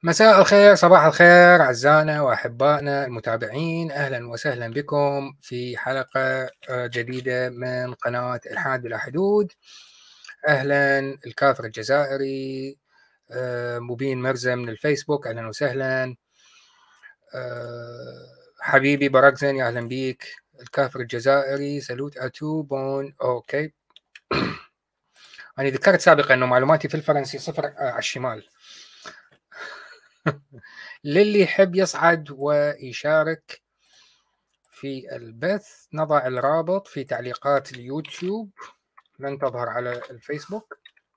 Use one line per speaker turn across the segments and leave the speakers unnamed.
مساء الخير، صباح الخير أعزائنا وأحبائنا المتابعين، أهلا وسهلا بكم في حلقة جديدة من قناة الحاد بلا حدود. أهلا الكافر الجزائري مبين مرزا من الفيسبوك، أهلا وسهلا. حبيبي براكزن، أهلا بيك. الكافر الجزائري سلوت أتو بون أوكي. أنا ذكرت سابقا أنه معلوماتي في الفرنسي صفر على الشمال. للي يحب يصعد ويشارك في البث نضع الرابط في تعليقات اليوتيوب، لن تظهر على الفيسبوك.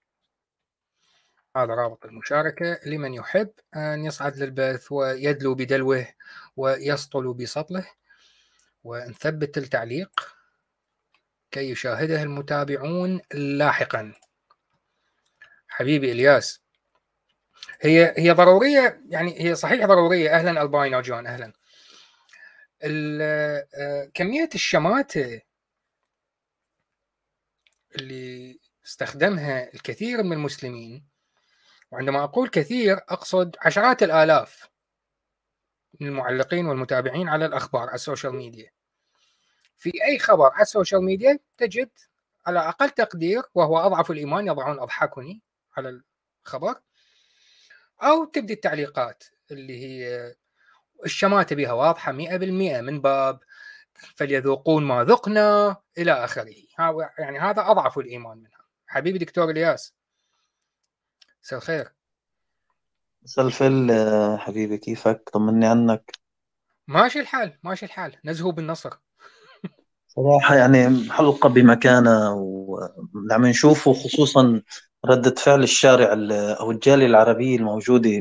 هذا رابط المشاركة لمن يحب أن يصعد للبث ويدلو بدلوه ويسطل بسطله، ونثبت التعليق كي يشاهده المتابعون لاحقا. حبيبي إلياس، هي ضرورية، يعني هي صحيح ضرورية. أهلا الباينو جون، أهلا. كمية الشماتة اللي استخدمها الكثير من المسلمين، وعندما أقول كثير أقصد عشرات الآلاف من المعلقين والمتابعين على الأخبار على السوشيال ميديا. في أي خبر على السوشيال ميديا تجد على أقل تقدير، وهو أضعف الإيمان، يضعون أضحكني على الخبر، أو تبدي التعليقات اللي هي الشماتة بها واضحة 100% من باب فليذوقون ما ذقنا إلى آخره. يعني هذا أضعف الإيمان منها. حبيبي دكتور إلياس، مساء الخير.
مساء الفل حبيبي، كيفك؟ طمني عنك.
ماشي الحال، ماشي الحال، نزهو بالنصر.
صراحة يعني حلقة بمكانها، واللي عم نشوفه خصوصا ردة فعل الشارع أو الجالية العربية الموجودة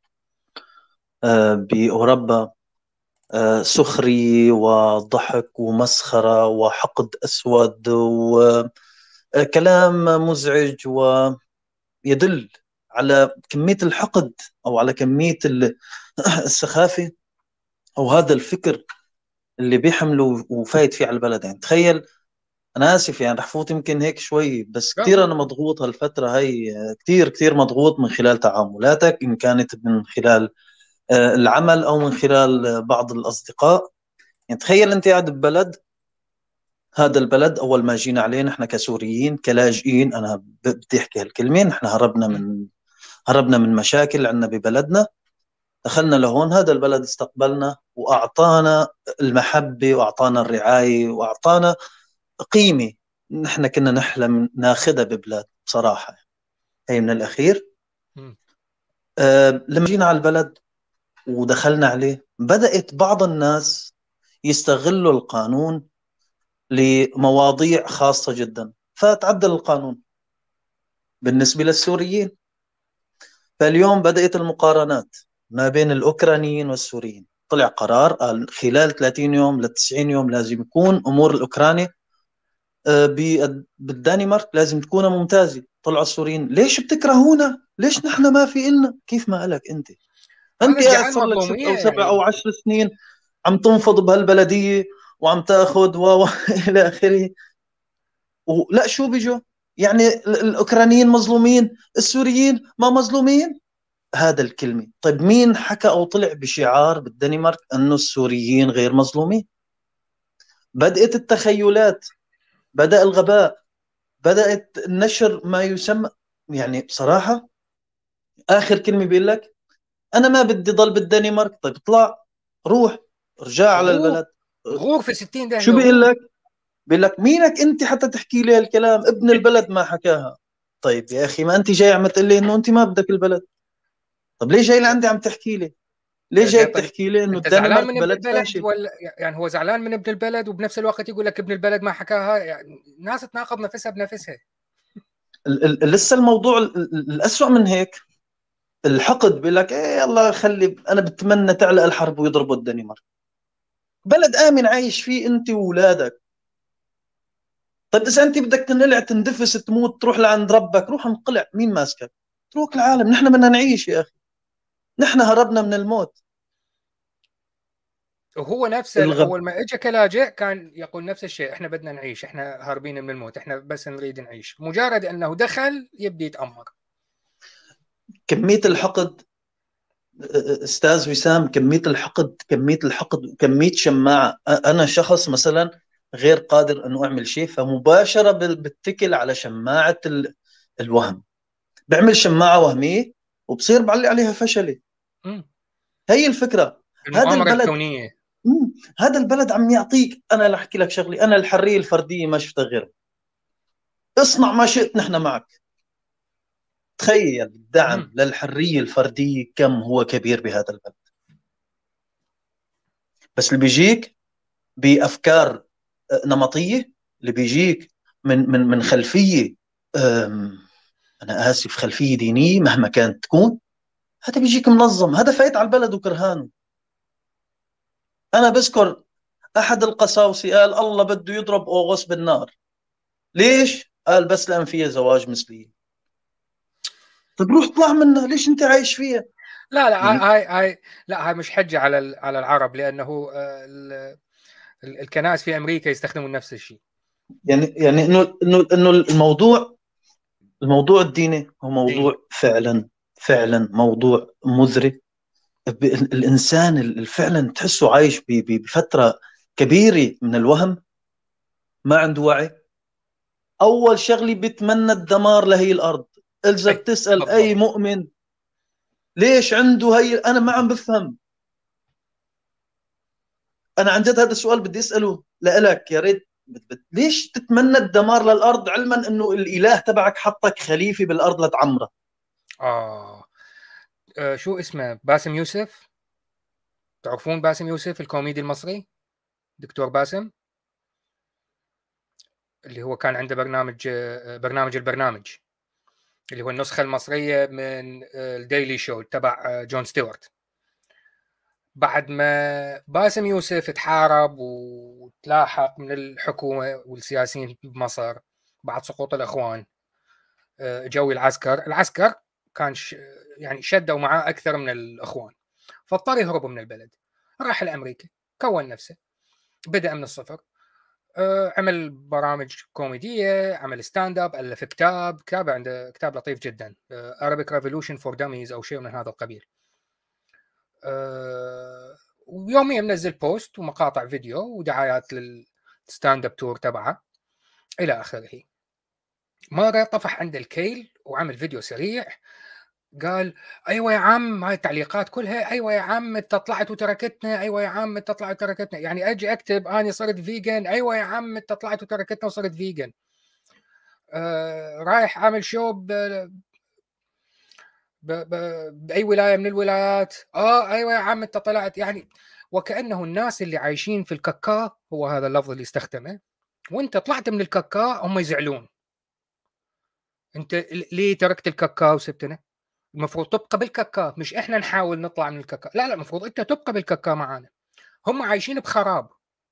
بأوروبا، سخرية وضحك ومسخرة وحقد أسود وكلام مزعج، ويدل على كمية الحقد أو على كمية السخافة أو هذا الفكر اللي بيحملوا وفايت فيه على البلد. يعني تخيل، انا اسف يعني رح فوت يمكن هيك شوي، بس
لا
كثير
فوت.
انا مضغوط هالفتره هاي، كثير كثير مضغوط من خلال تعاملاتك، ان كانت من خلال العمل او من خلال بعض الاصدقاء. يعني تخيل انت قاعد ببلد، هذا البلد اول ما جينا عليه نحن كسوريين كلاجئين، انا بدي احكي هالكلمه، نحن هربنا من مشاكل عندنا ببلدنا، دخلنا لهون، هذا البلد استقبلنا واعطانا المحبه واعطانا الرعايه واعطانا قيمة نحن كنا نحلم ناخذها ببلاد بصراحة. هي من الأخير.
مم.
لما جينا على البلد ودخلنا عليه، بدأت بعض الناس يستغلوا القانون لمواضيع خاصة جدا، فتعدل القانون بالنسبة للسوريين. فاليوم بدأت المقارنات ما بين الأوكرانيين والسوريين. طلع قرار قال خلال 30 يوم ل 90 يوم لازم يكون أمور الأوكراني بالدنمارك لازم تكون ممتازة. طلعوا السوريين ليش بتكرهونا؟ ليش نحن ما في إلنا؟ كيف ما قالك أنت؟
هذا
أنت قاعد
ادعاء
صار لك ست
المظلومية
أو سبع
يعني.
أو 10 سنين عم تنفض بهالبلدية وعم تاخذ إلى آخره. ولا شو بيجوا يعني الأوكرانيين مظلومين، السوريين ما مظلومين؟ هذا الكلمة. طيب مين حكى أو طلع بشعار بالدنمارك أنه السوريين غير مظلومين؟ بدأت التخيلات، بدأ الغباء، بدأت النشر ما يسمى، يعني بصراحة آخر كلمة بيقول لك أنا ما بدي ضل بالدنمارك. طيب اطلع، روح، رجع على
غور،
البلد.
غور في 60
شو
داهية،
بيقول
غور.
لك؟ بيقول لك مينك أنت حتى تحكي لي هالكلام؟ ابن البلد ما حكاها. طيب يا أخي، ما أنت جاي عم تقول لي إنه أنت ما بدك البلد؟ طب ليه جاي لعندي عم تحكي لي؟ ليه جاي
طيب
بتحكي لي إنه
انت زعلان
الدنمارك
من ابن
بلد
البلد
فاشل؟
ولا يعني هو زعلان من ابن البلد وبنفس الوقت يقول لك ابن البلد ما حكاها؟ يعني ناس تناقض نفسها بنفسها.
لسه الموضوع الأسوأ من هيك. الحقد بيقول لك إيه، يلا خلي أنا بتمنى تعلق الحرب ويضربوا الدنمارك، بلد آمن عايش فيه أنت وأولادك. طيب إذا أنت بدك تنقلع تندفس تموت تروح لعند ربك، روح انقلع، مين ماسكك؟ اترك العالم، نحن بدنا نعيش يا أخي، نحن هربنا من الموت.
وهو نفسه
الغب
اول ما اجى كلاجئ كان يقول نفس الشيء، احنا بدنا نعيش، احنا هاربين من الموت، احنا بس نريد نعيش. مجرد انه دخل يبدي يتأمر.
كمية الحقد استاذ وسام، كميه الحقد وكميه شماعه. انا شخص مثلا غير قادر انه اعمل شيء، فمباشره بتكل على شماعه الوهم. بعمل شماعه وهميه وبصير بعلي عليها فشلي.
مم.
هي الفكره. هذا
المؤامرة
البلد
الكونية.
هذا البلد عم يعطيك. انا لاحكي لك شغلي، انا الحريه الفرديه ما شفتها غيرها. اصنع ما شئت، نحن معك. تخيل الدعم
مم.
للحريه الفرديه كم هو كبير بهذا البلد. بس اللي بيجيك بافكار نمطيه، اللي بيجيك من خلفيه، أم، انا اسف، خلفيه دينيه مهما كانت تكون، هذا بيجيك منظم، هذا فايت على البلد وكرهانه. انا بذكر احد القساوسه قال الله بده يضرب اوغوس بالنار. ليش؟ قال بس لان فيها زواج مثلي. طيب روح اطلع منها، ليش انت عايش فيها؟
لا لا،
يعني
هاي لا، هاي مش حجة على على العرب، لأنه الكنائس في أمريكا يستخدمون نفس الشيء.
يعني انه الموضوع الديني هو
ديني.
موضوع فعلا موضوع مزري. الانسان اللي فعلا تحسه عايش بفتره كبيره من الوهم، ما عنده وعي. اول شغله بيتمنى الدمار لهي الارض. اذا
أي،
بتسال اي
بالضبط.
مؤمن ليش عنده هي، انا ما عم بفهم. انا عن جد هذا السؤال بدي اساله لك، يا ريت. ليش تتمنى الدمار للارض علما انه الاله تبعك حطك خليفه بالارض لتعمرها؟
آه. شو اسمه؟ باسم يوسف. تعرفون باسم يوسف الكوميدي المصري؟ دكتور باسم، اللي هو كان عنده برنامج، برنامج البرنامج، اللي هو النسخة المصرية من الديلي شو تبع جون ستيوارت. بعد ما باسم يوسف تحارب وتلاحق من الحكومة والسياسيين بمصر بعد سقوط الإخوان، جوي العسكر كان يعني شدوا معاه أكثر من الإخوان، فاضطر يهرب من البلد. راح لأمريكا، كون نفسه، بدأ من الصفر. عمل برامج كوميدية، عمل ستاند اب، ألف كتاب عنده كتاب لطيف جدا، Arabic Revolution for Dummies أو شيء من هذا القبيل. ويوميا منزل بوست ومقاطع فيديو ودعايات للستاند اب تور تبعه إلى آخره. مرة طفح عند الكيل وعمل فيديو سريع، قال ايوه يا عم، هاي التعليقات كلها ايوه يا عم انت طلعت وتركتنا، ايوه يا عم انت طلعت وتركتنا. يعني اجي اكتب اني صرت فيجن، ايوه يا عم انت طلعت وتركتنا وصرت فيجن. رايح عامل شو باي ولايه من الولايات، ايوه يا عم انت طلعت. يعني وكانه الناس اللي عايشين في الكاكا، هو هذا اللفظ اللي استخدمه، وانت طلعت من الكاكا هم يزعلون. انت ليه تركت الكاكا وسبتنا؟ المفروض تبقى بالكاكا، مش احنا نحاول نطلع من الكاكا. لا لا، المفروض انت تبقى بالكاكا معانا. هم عايشين بخراب،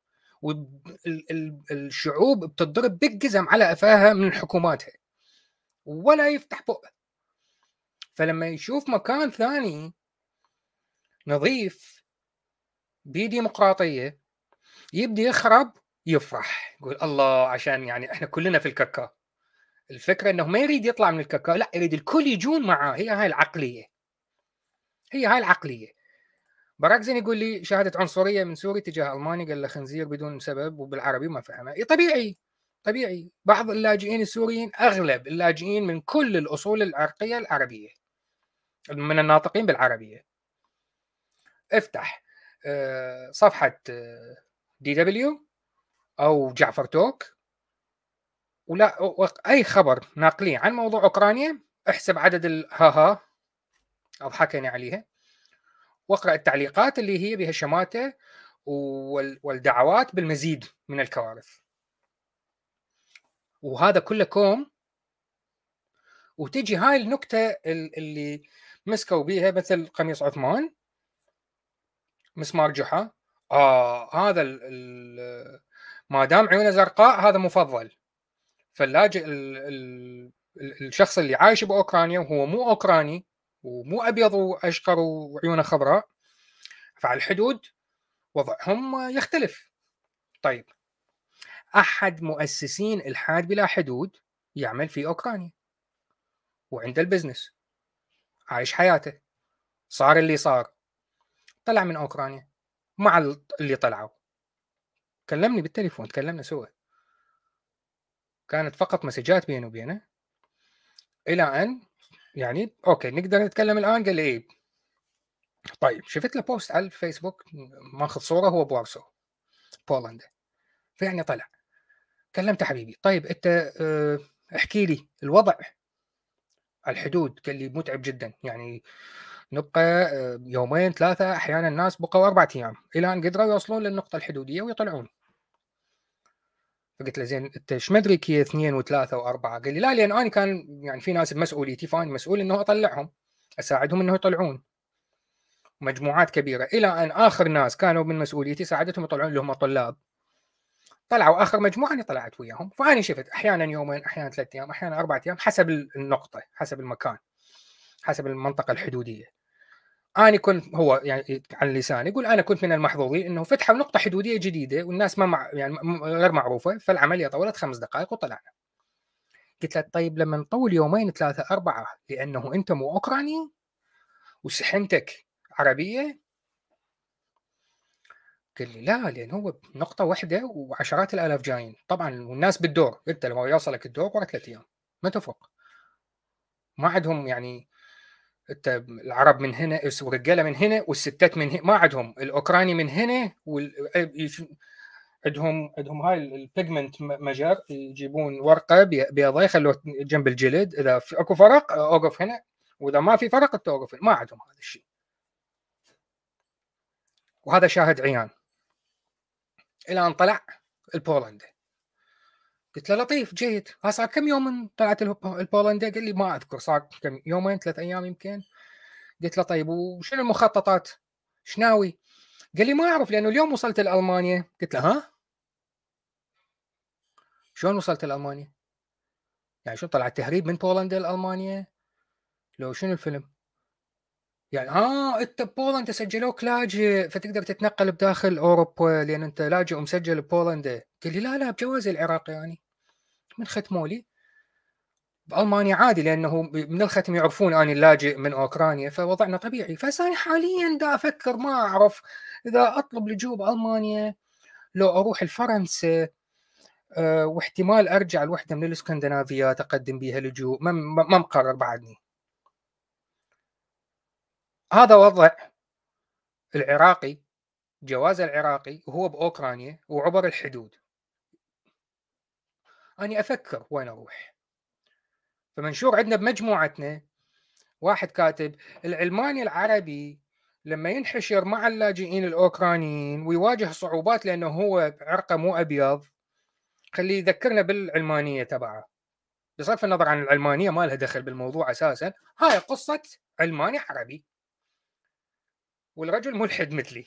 والشعوب بتضرب بالجزم على قفاها من حكوماتها ولا يفتح بقه. فلما يشوف مكان ثاني نظيف بديمقراطيه يبدي يخرب، يفرح، يقول الله، عشان يعني احنا كلنا في الكاكا. الفكره انه ما يريد يطلع من الكاكا، لا، يريد الكل يجون معاه. هي هاي العقليه، هي هاي العقليه. براكزين يقول لي شهادة عنصرية من سوري تجاه ألماني، قال له خنزير بدون سبب وبالعربي ما فهمها. طبيعي، طبيعي. بعض اللاجئين السوريين، أغلب اللاجئين من كل الأصول العرقية العربية، من الناطقين بالعربية. افتح صفحة دي دبليو أو جعفر توك، ولا أي خبر ناقلين عن موضوع أوكرانيا، احسب عدد الهاها أضحكني عليها، واقرأ التعليقات اللي هي بها شماتة والدعوات بالمزيد من الكوارث. وهذا كله كوم. وتجي هاي النكتة اللي مسكوا بيها، مثل قميص عثمان، مسمار جحا، هذا ما دام عيونه زرقاء هذا مفضل. فاللاجئ الشخص اللي عايش باوكرانيا وهو مو اوكراني ومو ابيض واشقر وعيونه خضراء، فعلى الحدود وضعهم يختلف. طيب، احد مؤسسين الحاد بلا حدود يعمل في اوكرانيا وعنده البزنس، عايش حياته، صار اللي صار، طلع من اوكرانيا مع اللي طلعوا، كلمني بالتليفون، تكلمنا سوا، كانت فقط مسجات بيني وبينه، الى ان يعني اوكي نقدر نتكلم الان. قال لي ايه، طيب شفت له بوست على الفيسبوك ماخذ صوره هو بوارسو بولندا، فيعني طلع كلمته حبيبي، طيب انت احكي لي الوضع على الحدود. قال لي متعب جدا، يعني نبقى يومين ثلاثه، احيانا الناس بقوا 4 ايام الى ان قدروا يوصلون للنقطه الحدوديه ويطلعون. فقلت له زين انت ايش مدري كي 2 و3 و4؟ قال لي لا، لان انا كان يعني في ناس بمسؤوليتي، فانا مسؤول انه اطلعهم، اساعدهم انه يطلعون مجموعات كبيره، الى ان اخر ناس كانوا من مسؤوليتي ساعدتهم يطلعون اللي هم طلاب. طلعوا اخر مجموعه انا طلعت وياهم، فانا شفت احيانا يومين، احيانا 3 ايام، احيانا 4 ايام، حسب النقطه، حسب المكان، حسب المنطقه الحدوديه. انا كنت، هو يعني عن لساني يقول انا كنت من المحظوظين انه فتحوا نقطه حدوديه جديده والناس ما يعني غير معروفه، فالعمليه طولت 5 دقائق وطلعنا. قلت له طيب لما نطول يومين ثلاثه اربعه لانه انت مو اوكراني وسحنتك عربيه؟ قال لي لا، لان هو نقطه واحده وعشرات الالاف جايين طبعا، والناس بالدور، انت لما يوصلك الدور ورا 3 ايام ما تفرق، ما عندهم يعني انت العرب من هنا والرجاله من هنا والستات من هنا، ما عندهم الاوكراني من هنا عندهم هاي البيجمنت مجر، يجيبون ورقه بيضاء يخلوه جنب الجلد، اذا في اكو فرق اوقف هنا، واذا ما في فرق توقف هنا، ما عندهم هذا الشيء، وهذا شاهد عيان. الى ان طلع البولندا، قلت له لطيف جيد، صار كم يوم من طلعت البولندا؟ قال لي ما اذكر، صار كم يومين 3 ايام يمكن. قلت له طيب وشنو المخططات؟ شناوي؟ قال لي ما اعرف لانه اليوم وصلت لالمانيا. قلت له ها؟ شلون وصلت لالمانيا؟ يعني شو طلع تهريب من بولندا لالمانيا؟ لو شنو الفيلم؟ يعني انت بولندا سجلوك لاجئ فتقدر تتنقل بداخل اوروبا لان انت لاجئ ومسجل ببولندا. قال لي لا لا، بجوازي العراقي يعني من ختموا لي بالمانيا عادي، لانه من الختم يعرفون اني اللاجئ من اوكرانيا، فوضعنا طبيعي. فساني حاليا دا افكر، ما اعرف اذا اطلب لجوء بالمانيا، لو اروح لفرنسا، واحتمال ارجع لوحده من الاسكندنافيات اقدم بها لجوء، ما مقرر بعدني. هذا وضع العراقي، جواز العراقي وهو باوكرانيا وعبر الحدود. اني افكر وين اروح. فمنشور عندنا بمجموعتنا واحد كاتب العلماني العربي لما ينحشر مع اللاجئين الاوكرانيين ويواجه صعوبات لانه هو عرقه مو ابيض، خليه يذكرنا بالعلمانيه تبعه، بصرف النظر عن العلمانيه ما لها دخل بالموضوع اساسا، هاي قصه علماني عربي والرجل ملحد مثلي،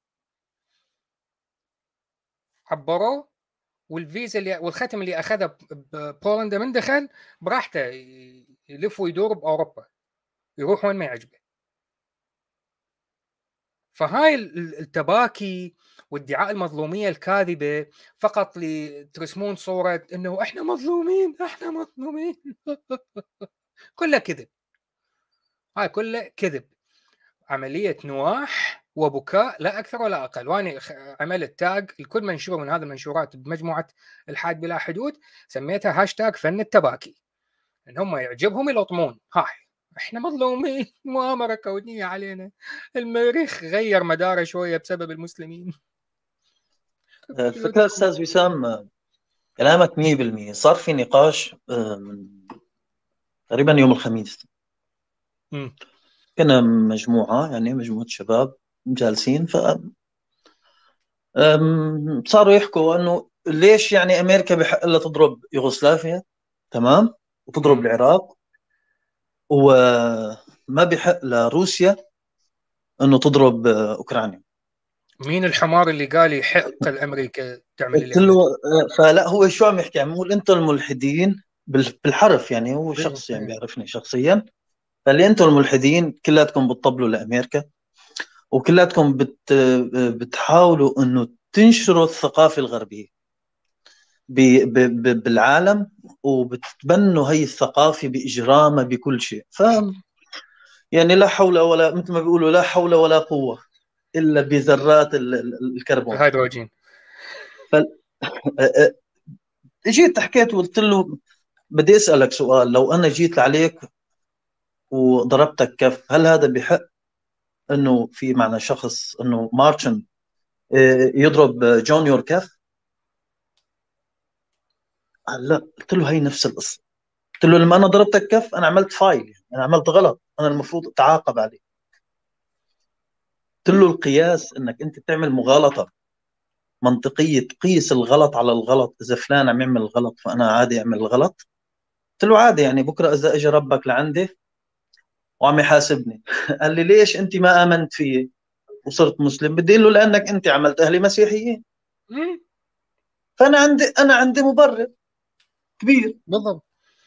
عبروه، والفيزا اللي والختم اللي اخذه ببولندا من دخل براحته يلف ويدور باوروبا، يروح وين ما يعجبه. فهاي التباكي وادعاء المظلوميه الكاذبه فقط لترسمون صوره انه احنا مظلومين احنا مظلومين كلها كذب، هاي كلها كذب، عمليه نواح وبكاء لا اكثر ولا اقل. وانا عملت تاج لكل منشور من هذه المنشورات بمجموعه الحاد بلا حدود، سميتها هاشتاج فن التباكي، ان هم يعجبهم يلطمون، هاي احنا مظلومين، مؤامره كونيه علينا، المريخ غير مداره شويه بسبب المسلمين.
الفكرة أستاذ وسام، كلامك 100%. صار في نقاش من تقريبا يوم الخميس، كنا مجموعة، يعني مجموعة شباب جالسين، صاروا يحكوا انه ليش يعني امريكا بحق لها تضرب يوغوسلافيا، تمام، وتضرب العراق، وما بحق لروسيا انه تضرب اوكرانيا.
مين الحمار اللي قال يحق الامريكا تعمل
قلت
اللي
له
عملته؟
فلا، هو شو عم يحكي؟ عم يقول انتم الملحدين بالحرف، يعني هو شخص يعني
إيه.
بيعرفني شخصيا، قال لي انتم الملحدين كلاتكم بتطبلوا لامريكا، وكلاتكم بتحاولوا انه تنشروا الثقافه الغربيه بالعالم، وبتتبنوا هي الثقافه باجرامها بكل شيء. يعني لا حول ولا، مثل ما بيقولوا لا حول ولا قوة إلا بذرات الكربون.
الهيدروجين.
جيت حكيت وقلت له بدي أسألك سؤال، لو أنا جيت عليك وضربتك كف، هل هذا بحق انه في معنى شخص انه مارشن يضرب جونيور كف؟ قال لا. قلت له هي نفس القصه. قلت له لما انا ضربتك كف انا عملت فايل، يعني انا عملت غلط، انا المفروض اتعاقب عليه. قلت له القياس انك انت تعمل مغالطه منطقيه، تقيس الغلط على الغلط، اذا فلان عم يعمل غلط فانا عادي اعمل الغلط. قلت له عادي، يعني بكره اذا اجى ربك لعندي وعم يحاسبني قال لي ليش انت ما امنت فيي وصرت مسلم؟ بدي اقول له لانك انت عملت اهلي مسيحيين. فانا عندي مبرر كبير.
بالضبط.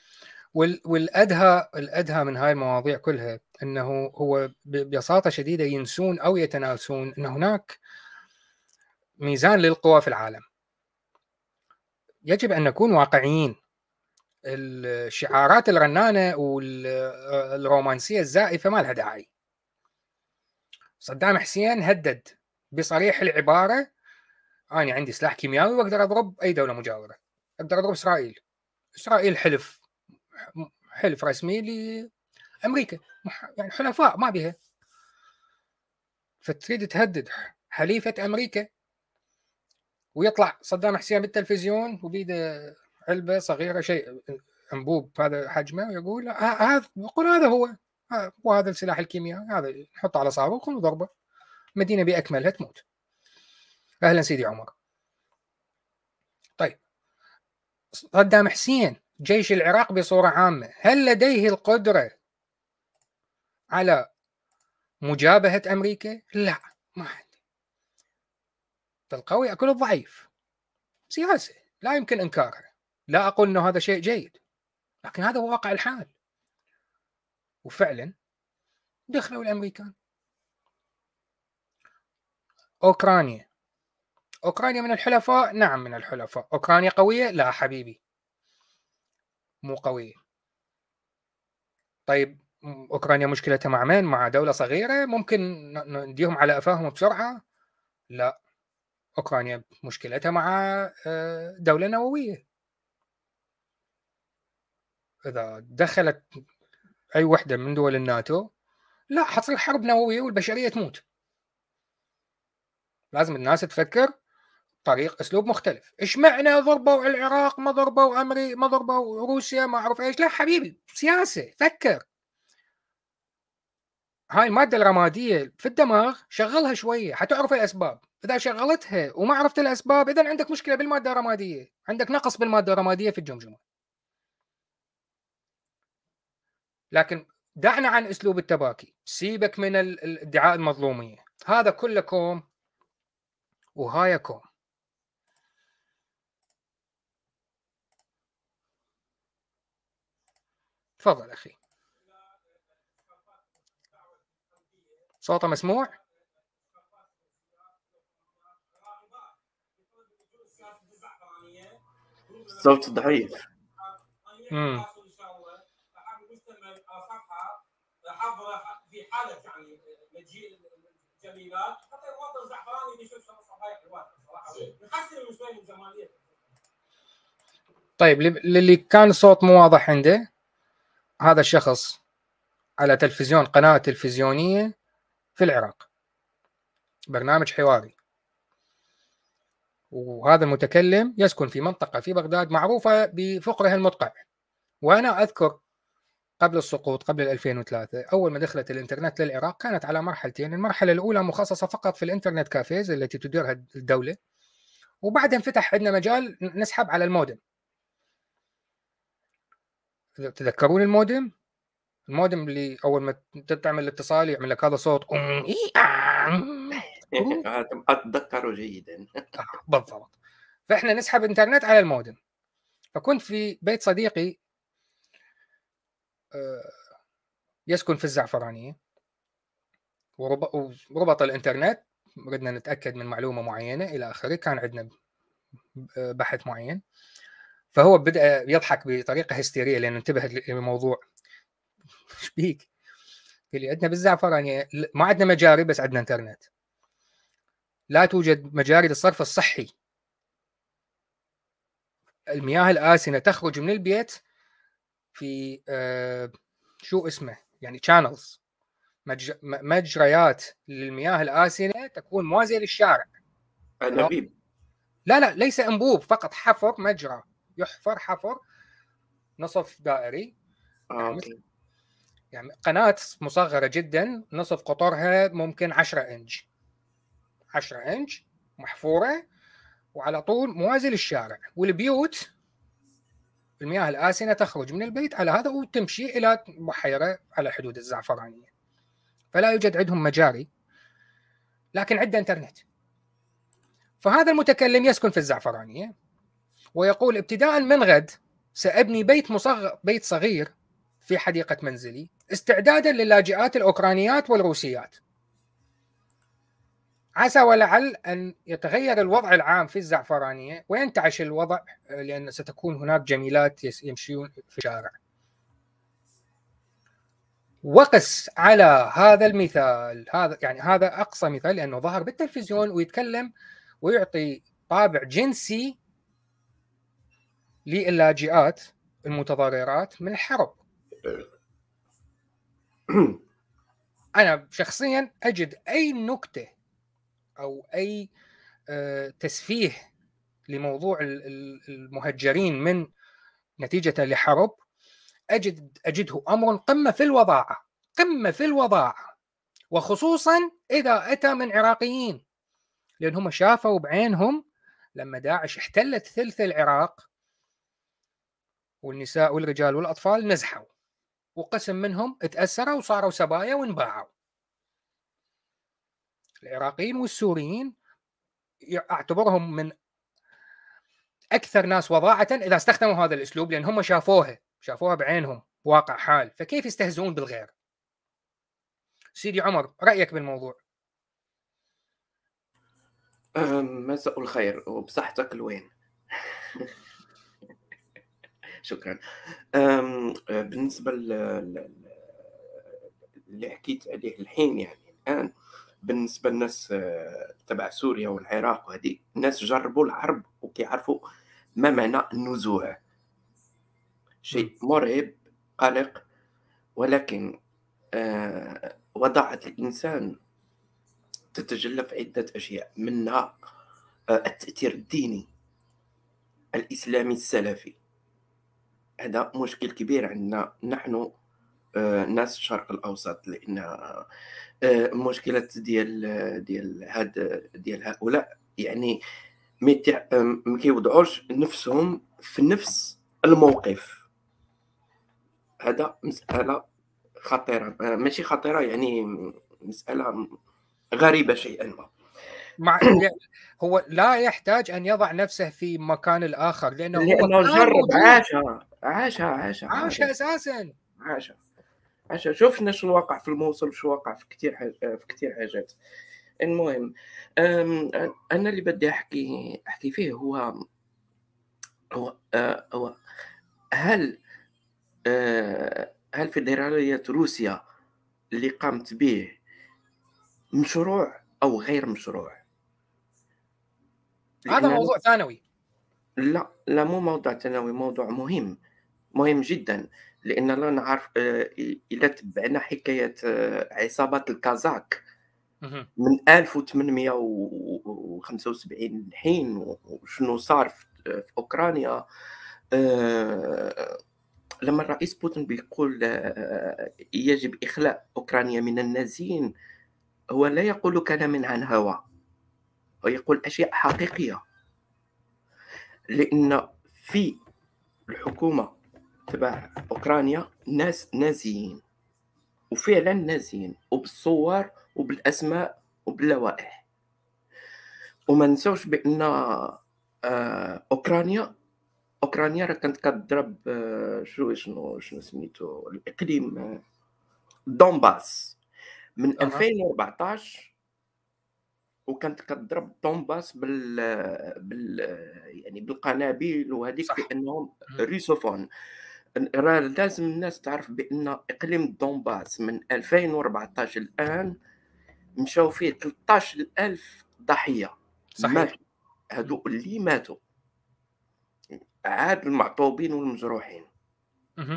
والادهى من هاي المواضيع كلها انه هو ببساطه شديده ينسون او يتناسون ان هناك ميزان للقوى في العالم. يجب ان نكون واقعيين. الشعارات الرنانه والرومانسيه الزائفه ما لها داعي. صدام حسين هدد بصريح العباره: انا عندي سلاح كيميائي واقدر اضرب اي دوله مجاوره، اقدر اضرب اسرائيل. اسرائيل حلف رسمي لامريكا، يعني حلفاء ما بها. فتريد تهدد حليفه امريكا، ويطلع صدام حسين بالتلفزيون وبيده علبه صغيره، شيء انبوب هذا حجمه، ويقول هذا هو، وهذا السلاح الكيميائي، هذا نحطه على صاروخ وضربه مدينه باكملها تموت. اهلا سيدي عمر. طيب، صدام حسين جيش العراق بصوره عامه هل لديه القدره على مجابهه امريكا؟ لا، ما عنده. فالقوي اكل الضعيف. سياسه لا يمكن انكارها. لا اقول انه هذا شيء جيد، لكن هذا هو واقع الحال. وفعلا دخلوا الامريكان. اوكرانيا من الحلفاء؟ نعم من الحلفاء. اوكرانيا قويه؟ لا حبيبي، مو قويه. طيب، اوكرانيا مشكلتها مع من؟ مع دوله صغيره ممكن نديهم على قفاهم بسرعه؟ لا، اوكرانيا مشكلتها مع دوله نوويه. اذا دخلت اي وحده من دول الناتو، لا، حتصير حرب نوويه والبشريه تموت. لازم الناس تفكر طريق اسلوب مختلف. ايش معنى ضربوا العراق، ما ضربوا امريكا، ما ضربوا روسيا، ما اعرف ايش؟ لا حبيبي، سياسه، فكر. هاي الماده الرماديه في الدماغ شغلها شويه حتعرف الاسباب. اذا شغلتها وما عرفت الاسباب، اذا عندك مشكله بالماده الرماديه، عندك نقص بالماده الرماديه في الجمجمه. لكن دعنا عن اسلوب التباكي، سيبك من الادعاء المظلوميه. هذا كله كوم، وهاي كوم. تفضل اخي، صوته مسموع.
صوت ضعيف.
في حاله يعني مجيء الجميلات حتى يوظف زعفراني بيشوف صبايا حلوات صراحه يحسن من شويه من جماليه.
طيب، للي كان الصوت مو واضح عنده، هذا الشخص على تلفزيون، قناه تلفزيونيه في العراق، برنامج حواري، وهذا المتكلم يسكن في منطقه في بغداد معروفه بفقرها المدقع. وانا اذكر قبل السقوط، قبل 2003، أول ما دخلت الإنترنت للعراق كانت على مرحلتين. المرحلة الأولى مخصصة فقط في الإنترنت كافيز التي تديرها الدولة، وبعدها انفتح عندنا مجال نسحب على المودم. تذكرون المودم اللي أول ما تعمل الاتصال يعمل لك هذا صوت
أتذكره جيدا.
بالضبط. فإحنا نسحب إنترنت على المودم. فكنت في بيت صديقي يسكن في الزعفرانية، وربط الإنترنت، ردنا نتأكد من معلومة معينة إلى آخره، كان عندنا بحث معين. فهو بدأ يضحك بطريقة هستيرية لأنه انتبه للموضوع. ايش بيك؟ قال لي عندنا بالزعفرانية ما عندنا مجاري بس عندنا انترنت. لا توجد مجاري للصرف الصحي. المياه الآسنة تخرج من البيت في شو اسمه يعني channels، مجريات للمياه الآسنة تكون موازية للشارع.
انابيب.
لا ليس انبوب، فقط حفر، مجرى يحفر حفر نصف دائري.
اوكي.
يعني قناة مصغرة جدا نصف قطرها ممكن 10 إنش 10 إنش محفورة وعلى طول موازي للشارع، والبيوت المياه الآسنة تخرج من البيت على هذا وتمشي إلى بحيرة على حدود الزعفرانية. فلا يوجد عندهم مجاري لكن عنده انترنت. فهذا المتكلم يسكن في الزعفرانية ويقول ابتداء من غد سأبني بيت صغير في حديقة منزلي استعدادا للاجئات الأوكرانيات والروسيات. عسى ولعل أن يتغير الوضع العام في الزعفرانية وينتعش الوضع، لأن ستكون هناك جميلات يمشون في الشارع. وقس على هذا المثال، هذا أقصى مثال لأنه ظهر بالتلفزيون ويتكلم ويعطي طابع جنسي للاجئات المتضررات من الحرب. أنا شخصيا أجد أي نكتة أو أي تسفيه لموضوع المهجرين من نتيجة لحرب أجده أمر قمة في الوضاعة، وخصوصا إذا أتى من عراقيين، لأنهم شافوا بعينهم لما داعش احتلت ثلث العراق والنساء والرجال والأطفال نزحوا، وقسم منهم تأثروا وصاروا سبايا وانباعوا. العراقيين والسوريين أعتبرهم من أكثر ناس وضاعة إذا استخدموا هذا الأسلوب، لأن هم شافوها بعينهم واقع حال، فكيف يستهزئون بالغير؟ سيدي عمر رأيك بالموضوع؟
مساء الخير وبصحتك الوين. شكرا. بالنسبة اللي حكيت عليه الحين، يعني الآن بالنسبة للناس تبع سوريا والعراق وهذه الناس جربوا الحرب وكيعرفوا ما معنى النزوع. شيء مرعب قلق، ولكن وضاعة الإنسان تتجلى في عدة أشياء، منها التأثير الديني الإسلامي السلفي. هذا مشكل كبير عندنا نحن ناس الشرق الأوسط، لأن مشكلة ديال هؤلاء يعني ما كيوضعوش نفسهم في نفس الموقف. هذا مسألة خطيرة، ماشي خطيرة يعني مسألة غريبة شيئا ما.
هو لا يحتاج أن يضع نفسه في مكان الآخر، لأنه
لأنه
هو
جرب
عاش أساسا.
عاش شوفنا شو واقع في الموصل، شو واقع في كثير حاجات. المهم أنا اللي بدي أحكي فيه هو هل فيدرالية روسيا اللي قامت به مشروع أو غير مشروع؟
هذا موضوع ثانوي.
لا مو موضوع ثانوي، موضوع مهم جدا، لأن لا نعرف إذا تبعنا حكاية عصابات الكازاك من 1875 الحين وشنو صار في أوكرانيا. لما الرئيس بوتين بيقول يجب إخلاء أوكرانيا من النازيين، هو لا يقول كلاما عن هوى، هو يقول أشياء حقيقية، لأن في الحكومة تبع أوكرانيا ناس نازيين، وفعلا نازيين، وبالصور وبالأسماء وباللوائح. وما نسوش بأن أوكرانيا راه كانت كتضرب شنو سميتو الإقليم دونباس من 2014، وكانت كتضرب دونباس يعني بالقنابل وهذيك، لانهم ريسوفون. راه لازم الناس تعرف بان اقليم الدونباس من 2014 الان مشاو فيه 13,000 ضحيه.
صحيح.
ماتوا، هادو اللي ماتوا، عاد المعطوبين والمجروحين.
مهم.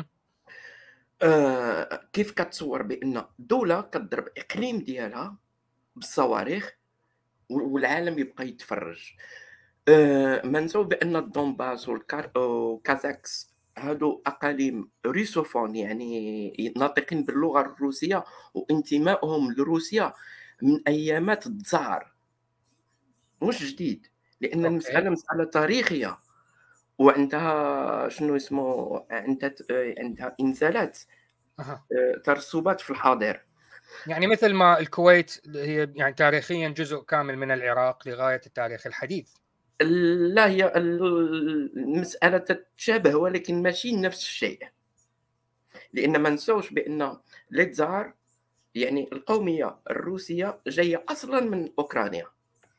كيف كتصور بان دوله كتضرب اقليم ديالها بالصواريخ والعالم يبقى يتفرج؟ ما نساو بان الدونباس وكازاكس هادو اقاليم روسوفون، يعني ناطقين باللغه الروسيه، وانتمائهم لروسيا من ايامات التزار، مش جديد، لان
اوكي.
المساله مساله تاريخيه وعندها شنو اسمه، عندها انزالات،
أها.
ترسبات في الحاضر.
يعني مثل ما الكويت هي يعني تاريخيا جزء كامل من العراق لغاية التاريخ الحديث.
لا، هي المساله تتشابه ولكن ماشي نفس الشيء، لان ما نساوش بان التزار يعني القوميه الروسيه جايه اصلا من اوكرانيا،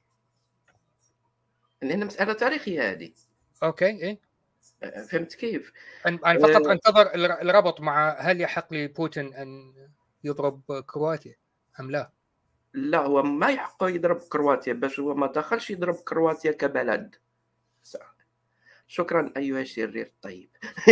لان مساله تاريخية هذه.
اوكي. ايه.
فهمت كيف؟
أنا فقط انتظر الربط مع هل يحق لبوتين أن يضرب كرواتيا أم لا؟
لا، هو ما يحق يضرب كرواتيا، باش هو ما دخلش يضرب كرواتيا كبلد. شكرا ايها الشرير الطيب.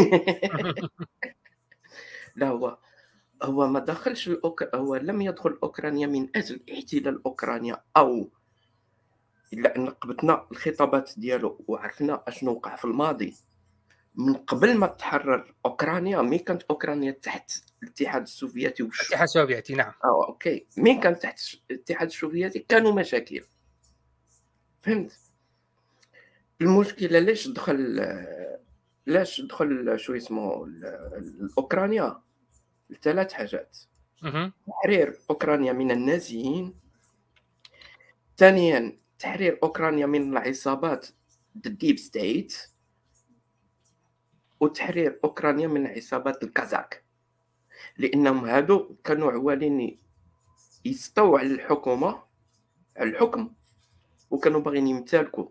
لا، هو ما دخلش هو لم يدخل اوكرانيا من اجل احتلال اوكرانيا، او الا ان قبطنا الخطابات ديالو وعرفنا اشنو وقع في الماضي من قبل ما تحرر اوكرانيا. مي كانت اوكرانيا تحت الاتحاد السوفيتي
الاتحاد السوفيتي، نعم.
اوكي، مي كانت تحت الاتحاد السوفيتي كانوا مشاكل. فهمت المشكله؟ ليش دخل شو اسمه اوكرانيا؟ ثلاث حاجات: تحرير اوكرانيا من النازيين، ثانيا تحرير اوكرانيا من العصابات الديب ستيت، وتحرير اوكرانيا من عصابات الكازاك، لانهم هادو كانوا عوالين يستووا على الحكومه، على الحكم، وكانوا باغيين يمتلكوا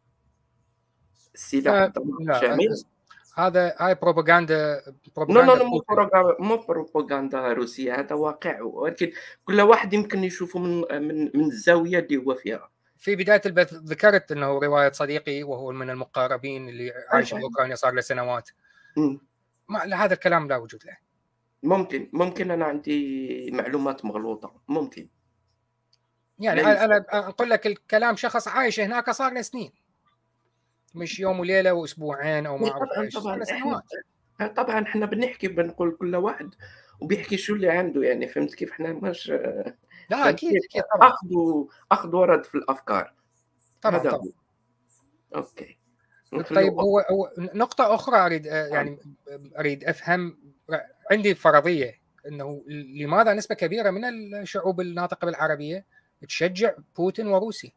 السلاح الشامل.
هاي بروباغندا
لا، مو بروباغندا روسيه، هذا واقع، ولكن كل واحد يمكن يشوفه من الزاويه اللي هو فيها.
في بدايه البث ذكرت انه روايه صديقي وهو من المقاربين اللي عايش في اوكرانيا صار له سنوات. هذا الكلام لا وجود له.
ممكن انا عندي معلومات مغلوطه، ممكن.
يعني انا اقول لك الكلام شخص عايش هناك صار له سنين، مش يوم وليله واسبوعين او ما اعرف ايش، صار له سنوات.
طبعا احنا بنحكي، بنقول كل واحد وبيحكي شو اللي عنده، يعني فهمت كيف؟ احنا مش
لا اكيد طبعا
اخذ ورد في الافكار
طبعا.
اوكي.
طيب هو نقطه اخرى اريد يعني اريد افهم، عندي فرضيه انه لماذا نسبه كبيره من الشعوب الناطقه بالعربيه تشجع بوتين وروسيا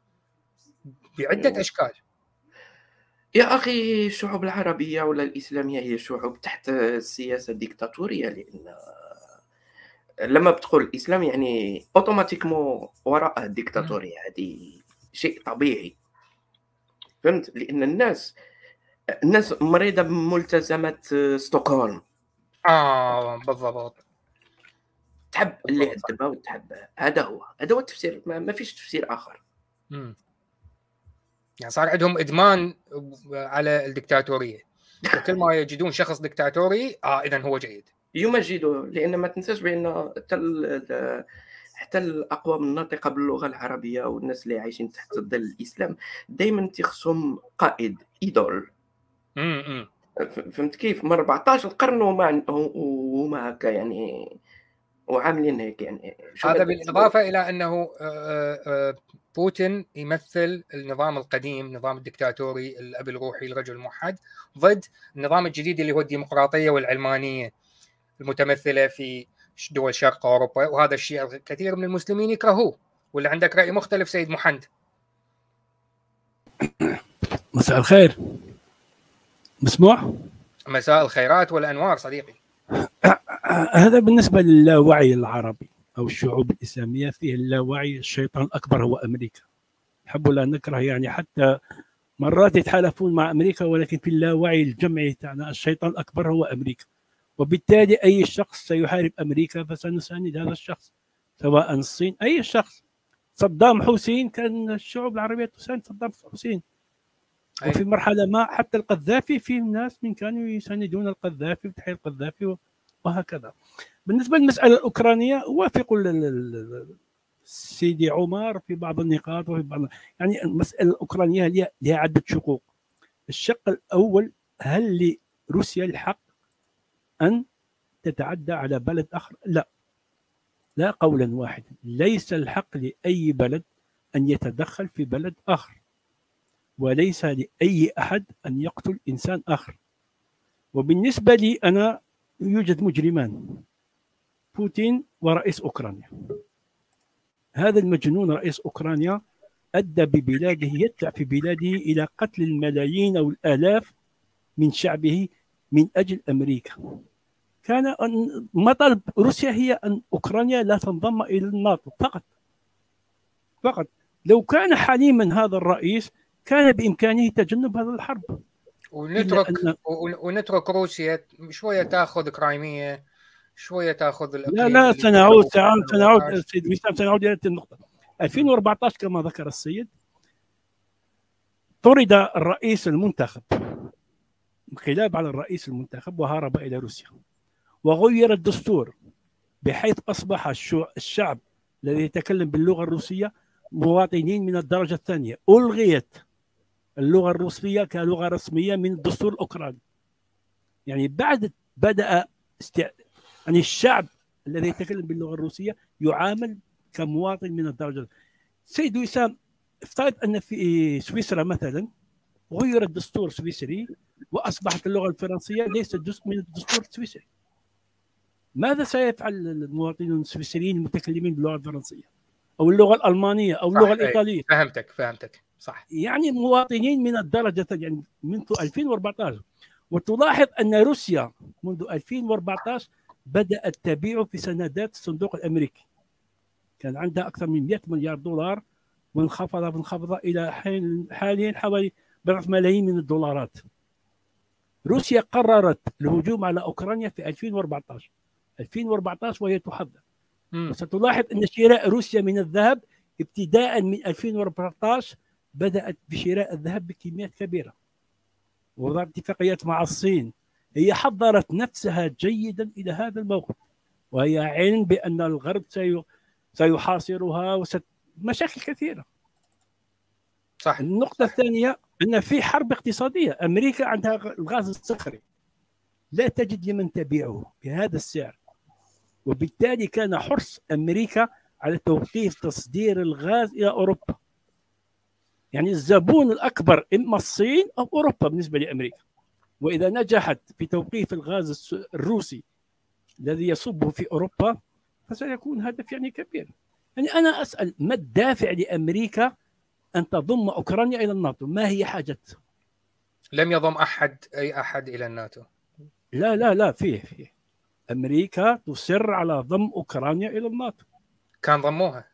بعده اشكال؟
يا اخي، الشعوب العربيه ولا الاسلاميه هي شعوب تحت السياسه الديكتاتوريه، لان لما بتقول الاسلام يعني اوتوماتيكمون وراء الديكتاتوريه، هذه شيء طبيعي. فهمت؟ لان الناس مريضه بملتزمات ستوكهولم.
بالضبط.
تحب اللي عندها وتحب، هذا هو التفسير، ما فيش تفسير اخر.
يعني صار عندهم ادمان على الدكتاتوريه، وكل ما يجدون شخص دكتاتوري اذا هو جيد
يمجدوه. لان ما تنساش بان حتى الاقوام الناطقه باللغه العربيه والناس اللي عايشين تحت ظل الاسلام دائما تخصهم قائد، ايدول. فهمت كيف؟ من 14 قرن وما هكا يعني، وعاملين هيك يعني.
هذا بالاضافه الى انه بوتين يمثل النظام القديم، النظام الدكتاتوري، الاب الروحي، الرجل الموحد، ضد النظام الجديد اللي هو الديمقراطيه والعلمانيه المتمثله في دول شرق اوروبا، وهذا الشيء كثير من المسلمين يكرهوه. ولا عندك راي مختلف سيد محمد؟
مساء الخير، مسموع؟
مساء الخيرات والانوار صديقي.
هذا بالنسبه للاوعي العربي او الشعوب الاسلاميه، فيه اللاوعي. الشيطان الاكبر هو امريكا، نحب ولا نكره، يعني حتى مرات يتحالفون مع أمريكا، ولكن في اللاوعي الجمعي تاعنا الشيطان الأكبر هو أمريكا، وبالتالي أي شخص سيحارب أمريكا فسنساند هذا الشخص، سواء الصين أي شخص. صدام حسين كان الشعوب العربية تساند صدام حسين، وفي مرحلة ما حتى القذافي في ناس من كانوا يساندون القذافي وتحية القذافي وهكذا. بالنسبة للمسألة الأوكرانية أوافق سيدي عمر في بعض النقاط وفي بعض، يعني المسألة الأوكرانية لها عدة شقوق. الشق الأول، هل لروسيا الحق أن تتعدى على بلد آخر؟ لا قولا واحدا، ليس الحق لأي بلد أن يتدخل في بلد آخر، وليس لأي أحد أن يقتل إنسان آخر. وبالنسبة لي أنا يوجد مجرمان، بوتين ورئيس أوكرانيا. هذا المجنون رئيس أوكرانيا أدى ببلاده، يدفع في بلاده إلى قتل الملايين أو الآلاف من شعبه من أجل أمريكا. كان مطالب روسيا هي أن أوكرانيا لا تنضم إلى الناتو فقط. لو كان حليما هذا الرئيس كان بإمكانه تجنب هذا الحرب،
ونترك روسيا شوية تأخذ كرايمية، شوية تأخذ الإقليم.
لا سنعود سيد وسام، سنعود إلى النقطة. 2014 كما ذكر السيد، طرد الرئيس المنتخب، انقلاب على الرئيس المنتخب، وهرب إلى روسيا، وغير الدستور بحيث أصبح الشعب الذي يتكلم باللغة الروسية مواطنين من الدرجة الثانية. ألغيت اللغة الروسية كلغة رسمية من الدستور الأوكراني. يعني بعد بدأ يعني الشعب الذي يتكلم باللغة الروسية يعامل كمواطن من الدرجة. سيد وسام، افترض أن في سويسرا مثلا غير الدستور السويسري وأصبحت اللغة الفرنسية ليست جزء من الدستور السويسري، ماذا سيفعل المواطنون السويسريين المتكلمين باللغة الفرنسية أو اللغة الألمانية أو اللغة الإيطالية؟
فهمتك صح.
يعني مواطنين من الدرجة، يعني منذ 2014. وتلاحظ أن روسيا منذ 2014 بدأت تبيع في سندات الصندوق الأمريكي، كان عندها أكثر من 100 مليار دولار، وانخفض إلى حاليا حوالي 4 ملايين من الدولارات. روسيا قررت الهجوم على أوكرانيا في 2014 وهي تحضر. وستلاحظ أن شراء روسيا من الذهب ابتداء من 2014 بدأت بشراء الذهب بكميات كبيرة، ووضعت اتفاقيات مع الصين. هي حضرت نفسها جيدا إلى هذا الموقف، وهي علم بأن الغرب سيحاصرها مشاكل كثيرة.
صح.
النقطة الثانية أن في حرب اقتصادية. أمريكا عندها الغاز الصخري لا تجد لمن تبيعه بهذا السعر، وبالتالي كان حرص أمريكا على توقيف تصدير الغاز إلى أوروبا. يعني الزبون الأكبر إما الصين أو أوروبا بالنسبة لأمريكا. وإذا نجحت في توقيف الغاز الروسي الذي يصب في أوروبا فسيكون هدف يعني كبير. يعني أنا أسأل، ما الدافع لأمريكا أن تضم أوكرانيا إلى الناتو؟ ما هي حاجتها؟
لم يضم أي أحد إلى الناتو.
لا فيه أمريكا تصر على ضم أوكرانيا إلى الناتو.
كان ضموها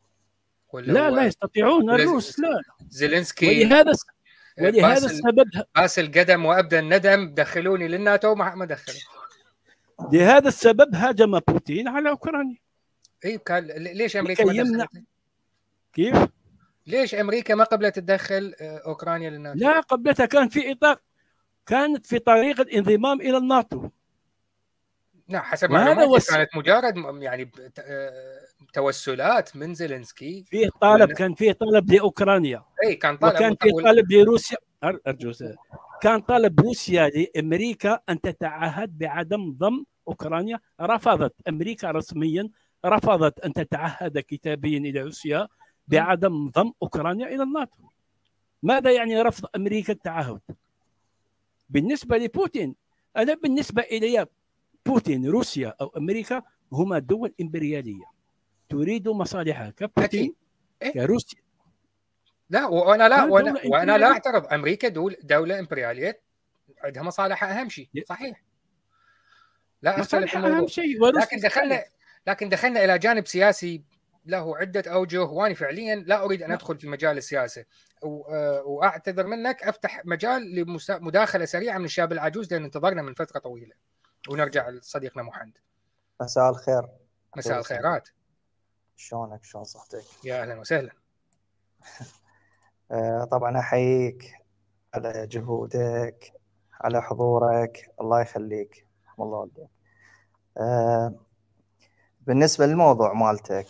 لا يستطيعون الروس. لا
زيلينسكي
ولهذا السبب
باس القدم وأبدى الندم، دخلوني للناتو، ما دخلوا.
لهذا السبب هاجم بوتين على أوكرانيا.
قال ليش أمريكا ما دخلت؟
كيف؟
ليش أمريكا ما قبلت تدخل أوكرانيا للناتو؟
لا قبلتها، كانت في طريق الانضمام إلى الناتو.
نعم، حسب معلوماتي كانت مجرد يعني توسلات من زيلينسكي.
كان فيه طلب لأوكرانيا.
كان طلب،
وكان فيه طلب لروسيا. كان طلب روسيا لأمريكا أن تتعهد بعدم ضم أوكرانيا. رفضت أمريكا رسميا، رفضت أن تتعهد كتابيا إلى روسيا بعدم ضم أوكرانيا إلى الناتو. ماذا يعني رفض أمريكا التعهد؟ بالنسبة لبوتين، أنا بالنسبة إلي بوتين، روسيا أو أمريكا هما دول إمبريالية تريد مصالحها. كبوتين كروسيا.
لا، وأنا لا أعترض. أمريكا دولة إمبريالية عندها مصالحها أهم شيء. صحيح، لا أختلف في الموضوع.
أهم شيء.
لكن دخلنا إلى جانب سياسي له عدة أوجه، وأنا فعليا لا أريد أن أدخل في مجال السياسة، وأعتذر منك أفتح مجال لمداخلة سريعة من الشاب العجوز، لأن انتظرنا من فترة طويلة، ونرجع لصديقنا محمد.
مساء الخير.
مساء الخيرات.
شلونك؟ شلون صحتك؟
يا أهلا وسهلا.
طبعا أحييك على جهودك، على حضورك، الله يخليك، رحم الله والديك. بالنسبة للموضوع مالتك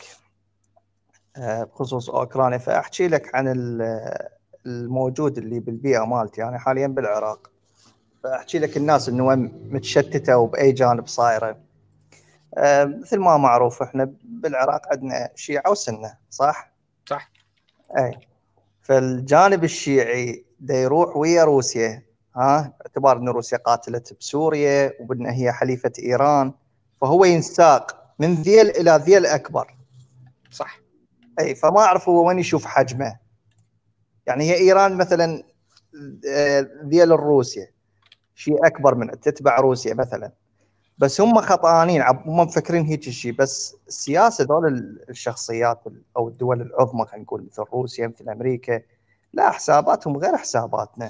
بخصوص أوكرانيا، فأحكي لك عن الموجود اللي بالبيئة مالتي. يعني حاليا بالعراق، فأحكي لك الناس إنه متشتتة وبأي جانب صايرة. مثل ما معروف إحنا بالعراق عندنا شيعة وسنة، صح؟
صح.
أي. فالجانب الشيعي دا يروح ويا روسيا، باعتبار ان روسيا قاتلت بسوريا وبان هي حليفة ايران، فهو ينساق من ذيل الى ذيل اكبر.
صح.
اي. فما اعرف هو وين يشوف حجمه. يعني هي ايران مثلا ذيل روسيا شيء اكبر من تتبع روسيا مثلا، بس هم خطانين، هم مفكرين هيك شيء. بس السياسه ذول الشخصيات او الدول العظمى، خلينا نقول مثل روسيا مثل امريكا، لا حساباتهم غير حساباتنا.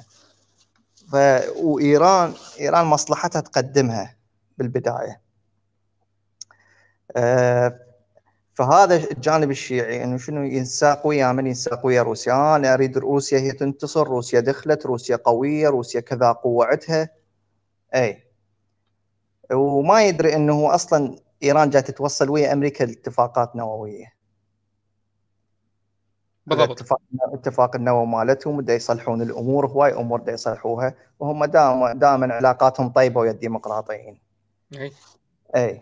وايران مصلحتها تقدمها بالبدايه. فهذا الجانب الشيعي انه شنو ينساق ويا من ينساق ويا روسيا. انا اريد روسيا هي تنتصر، روسيا دخلت، روسيا قويه، روسيا كذا قوه عندها. اي. وما يدري انه اصلا ايران جاي تتوصل ويا امريكا لاتفاقات نوويه.
بالضبط.
الاتفاق النووي مالتهم دا يصلحون الامور، هواي امور دا يصلحوها، وهم دائما علاقاتهم طيبه ويا الديمقراطيين. اي.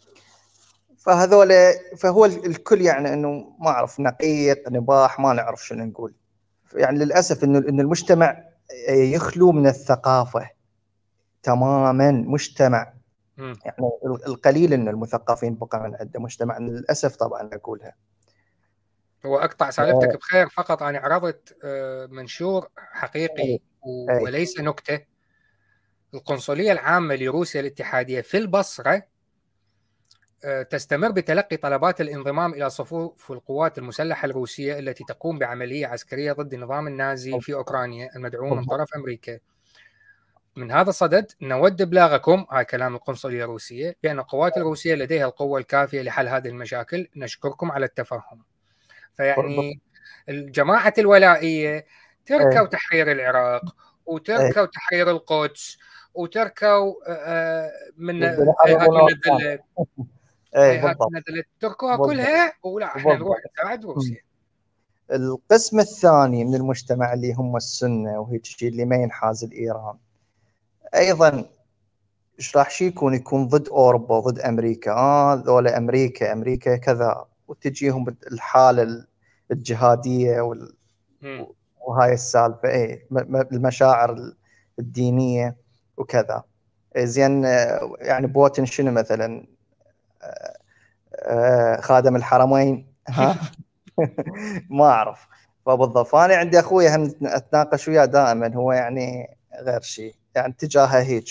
فهو الكل يعني انه ما اعرف، نقيق نباح، ما نعرف شنو نقول. يعني للاسف انه المجتمع يخلو من الثقافه تماما. مجتمع يعني القليل ان المثقفين بقى من عنده مجتمع، للاسف طبعا اقولها.
وأقطع سالفتك بخير، فقط أنا عرضت منشور حقيقي وليس نكتة. القنصلية العامة لروسيا الاتحادية في البصرة تستمر بتلقي طلبات الانضمام إلى صفوف القوات المسلحة الروسية التي تقوم بعملية عسكرية ضد النظام النازي في أوكرانيا المدعوم من طرف أمريكا. من هذا الصدد نود إبلاغكم، هاي كلام القنصلية الروسية، بأن القوات الروسية لديها القوة الكافية لحل هذه المشاكل. نشكركم على التفهم. فيعني الجماعة الولائية تركوا تحرير العراق، وتركوا تحرير القدس، وتركوا من الذلة، تركوها كلها، ولا احنا نروح نساعد روسيا.
القسم الثاني من المجتمع اللي هم السنة وهيك شيء اللي ما ينحاز لإيران، أيضا إيش راح شيء يكون ضد أوروبا وضد أمريكا. ذولا أمريكا كذا، وتجيهم الحالة الجهادية وهاي السالفة. المشاعر الدينية وكذا. زين يعني بوتين شنو مثلا خادم الحرمين، ما أعرف. فبالضبط أنا عندي أخوي هم أتناقش وياه دائما، هو يعني غير شيء، يعني اتجاهه هيك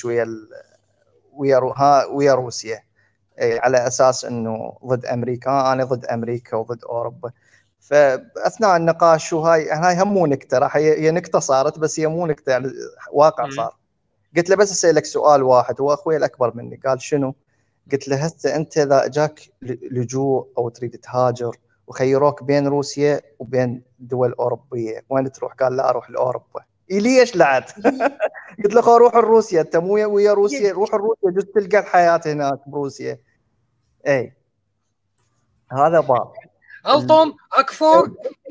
ويا روسيا، على أساس إنه ضد أمريكا. أنا ضد أمريكا وضد أوروبا. فأثناء النقاش هاي هم مو نكتة، راح هي نكتة صارت، بس هي مو نكتة، يعني واقع صار. قلت له بس أسألك سؤال واحد، هو أخوي الأكبر مني. قال شنو؟ قلت له هسه أنت إذا جاك لجوء أو تريد تهاجر وخيروك بين روسيا وبين دول أوروبية، وين تروح؟ قال لا أروح لأوروبا. ليش لعد؟ قلت له خو روح لروسيا، أنت مو ويا روسيا، روح لروسيا جزء تلقى الحياة هناك بروسيا. أي هذا باب.
ألطم أكفر.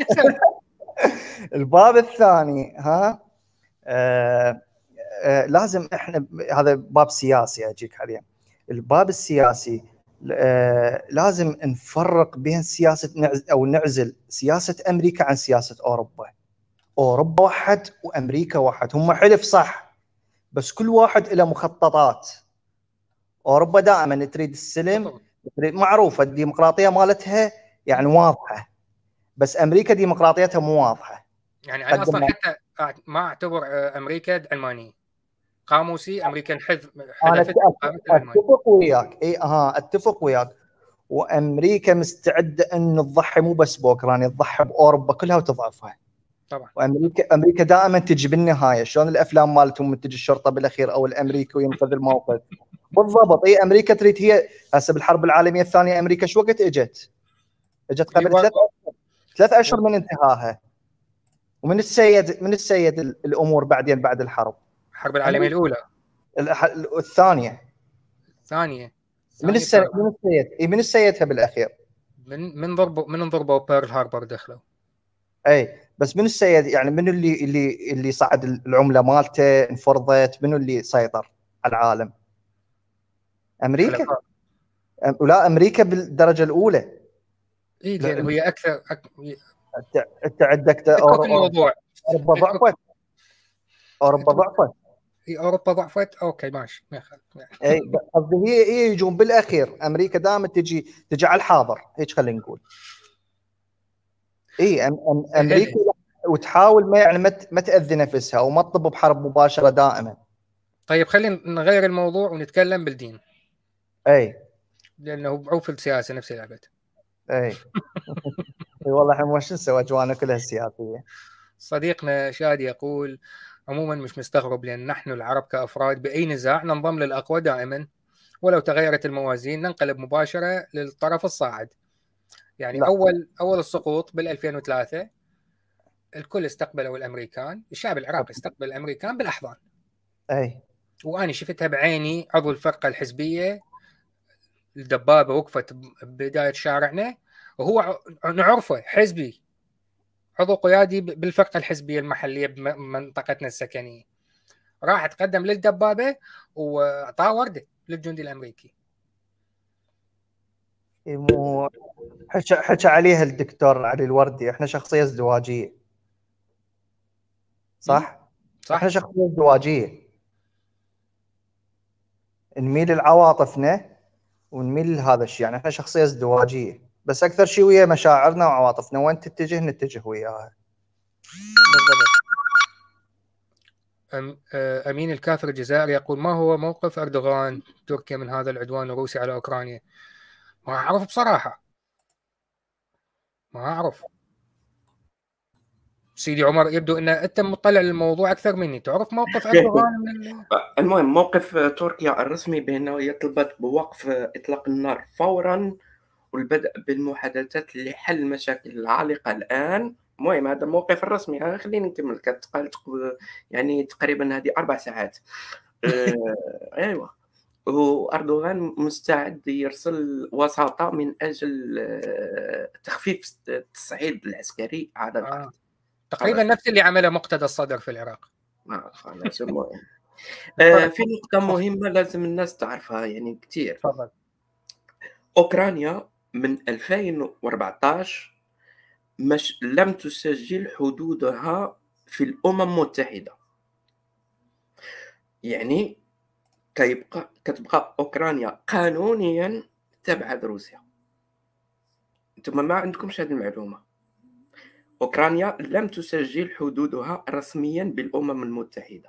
الباب الثاني لازم احنا، هذا باب سياسي اجيك عليه. الباب السياسي لازم نفرق بين سياسه نعزل سياسه امريكا عن سياسه اوروبا. اوروبا واحد وامريكا واحد، هم حلف صح، بس كل واحد له مخططات. اوروبا دائما تريد السلم، تريد معروفه الديمقراطيه مالتها يعني واضحه، بس امريكا ديمقراطيتها مو واضحه.
يعني انا اصلا حتى ما اعتبر امريكا علمانيه قاموسي. امريكا
انا اتفق وياك. اتفق وياك. وامريكا مستعده انه تضحي مو بس باوكرانيا، تضحي باوروبا كلها وتضعفها.
طبعا
وامريكا دائما تجي بالنهايه، شلون الافلام مالتهم من تجي الشرطه بالاخير او الامريكي وينقذ الموقف. بالضبط هي امريكا تريد. هي هسه بالحرب العالميه الثانيه امريكا شو وقت اجت قبل 3 اشهر من انتهائها. ومن السيد الامور بعدين بعد الحرب.
الحرب العالميه الاولى
الثانيه
الثانيه
من السيدها بالاخير.
من ضربوا بيرل هاربر دخلوا.
اي بس من السيد يعني من اللي صعد العمله مالته انفرضت، منو اللي سيطر على العالم؟ امريكا. ولا امريكا بالدرجه الاولى.
اي لان هي اكثر
انت عندك
الموضوع
اوروبا ضعفت.
اوروبا ضعفت. اوكي ماشي ما يخالف.
اي قصدي هي يجون بالاخير. امريكا دائما تجي على الحاضر هيك خلينا نقول. اي امريكا وتحاول ما تاذي نفسها وما تطب بحرب مباشره دائما.
طيب خلينا نغير الموضوع ونتكلم بالدين.
اي
لانه بعوف السياسه نفس لعبته.
اي والله احنا وش نسوي اجوانا كلها سياسيه.
صديقنا شادي يقول عموما مش مستغرب، لان نحن العرب كافراد باي نزاع ننضم للاقوى دائما، ولو تغيرت الموازين ننقلب مباشره للطرف الصاعد. يعني لا. اول السقوط بال 2003 الكل استقبلوا الامريكان، الشعب العراقي استقبل الامريكان بالاحضان.
اي
وانا شفتها بعيني، عضو الفرقه الحزبيه الدبابه وقفت بدايه شارعنا، وهو نعرفه حزبي، عضو قيادي بالفرقه الحزبيه المحليه بمنطقتنا السكنيه، راح تقدم للدبابه واعطاه ورده للجندي الامريكي.
مو حكى عليها الدكتور علي الوردي، احنا شخصيه ازدواجيه. صح؟ احنا شخصيه ازدواجيه، نميل لعواطفنا ونميل لهذا الشيء. يعني احنا شخصيه ازدواجيه، بس اكثر شيء ويا مشاعرنا وعواطفنا، وين تتجه نتجه وياها.
بالضبط. امين الكافر الجزائري يقول ما هو موقف اردوغان تركيا من هذا العدوان الروسي على اوكرانيا؟ ما اعرف بصراحه، ما اعرف. سيدي عمر يبدو ان انت مطلع للموضوع اكثر مني، تعرف موقف اردوغان من
المهم موقف تركيا الرسمي بانه هي طلبت بوقف اطلاق النار فورا والبدء بالمحادثات لحل المشاكل العالقه الان. المهم هذا الموقف الرسمي. خلينا نكمل. كتقال يعني تقريبا هذه 4 ساعات. ايوه. واردوغان مستعد يرسل وساطه من اجل تخفيف التصعيد العسكري على الارض.
تقريبا نفس اللي عمله مقتدى الصدر في العراق.
في نقطه مهمه لازم الناس تعرفها يعني كثير.
تفضل.
اوكرانيا من 2014 لم تسجل حدودها في الامم المتحده. يعني كتبقى اوكرانيا قانونيا تابعه لروسيا. انتم ما عندكمش هذه المعلومه. اوكرانيا لم تسجل حدودها رسميا بالامم المتحده.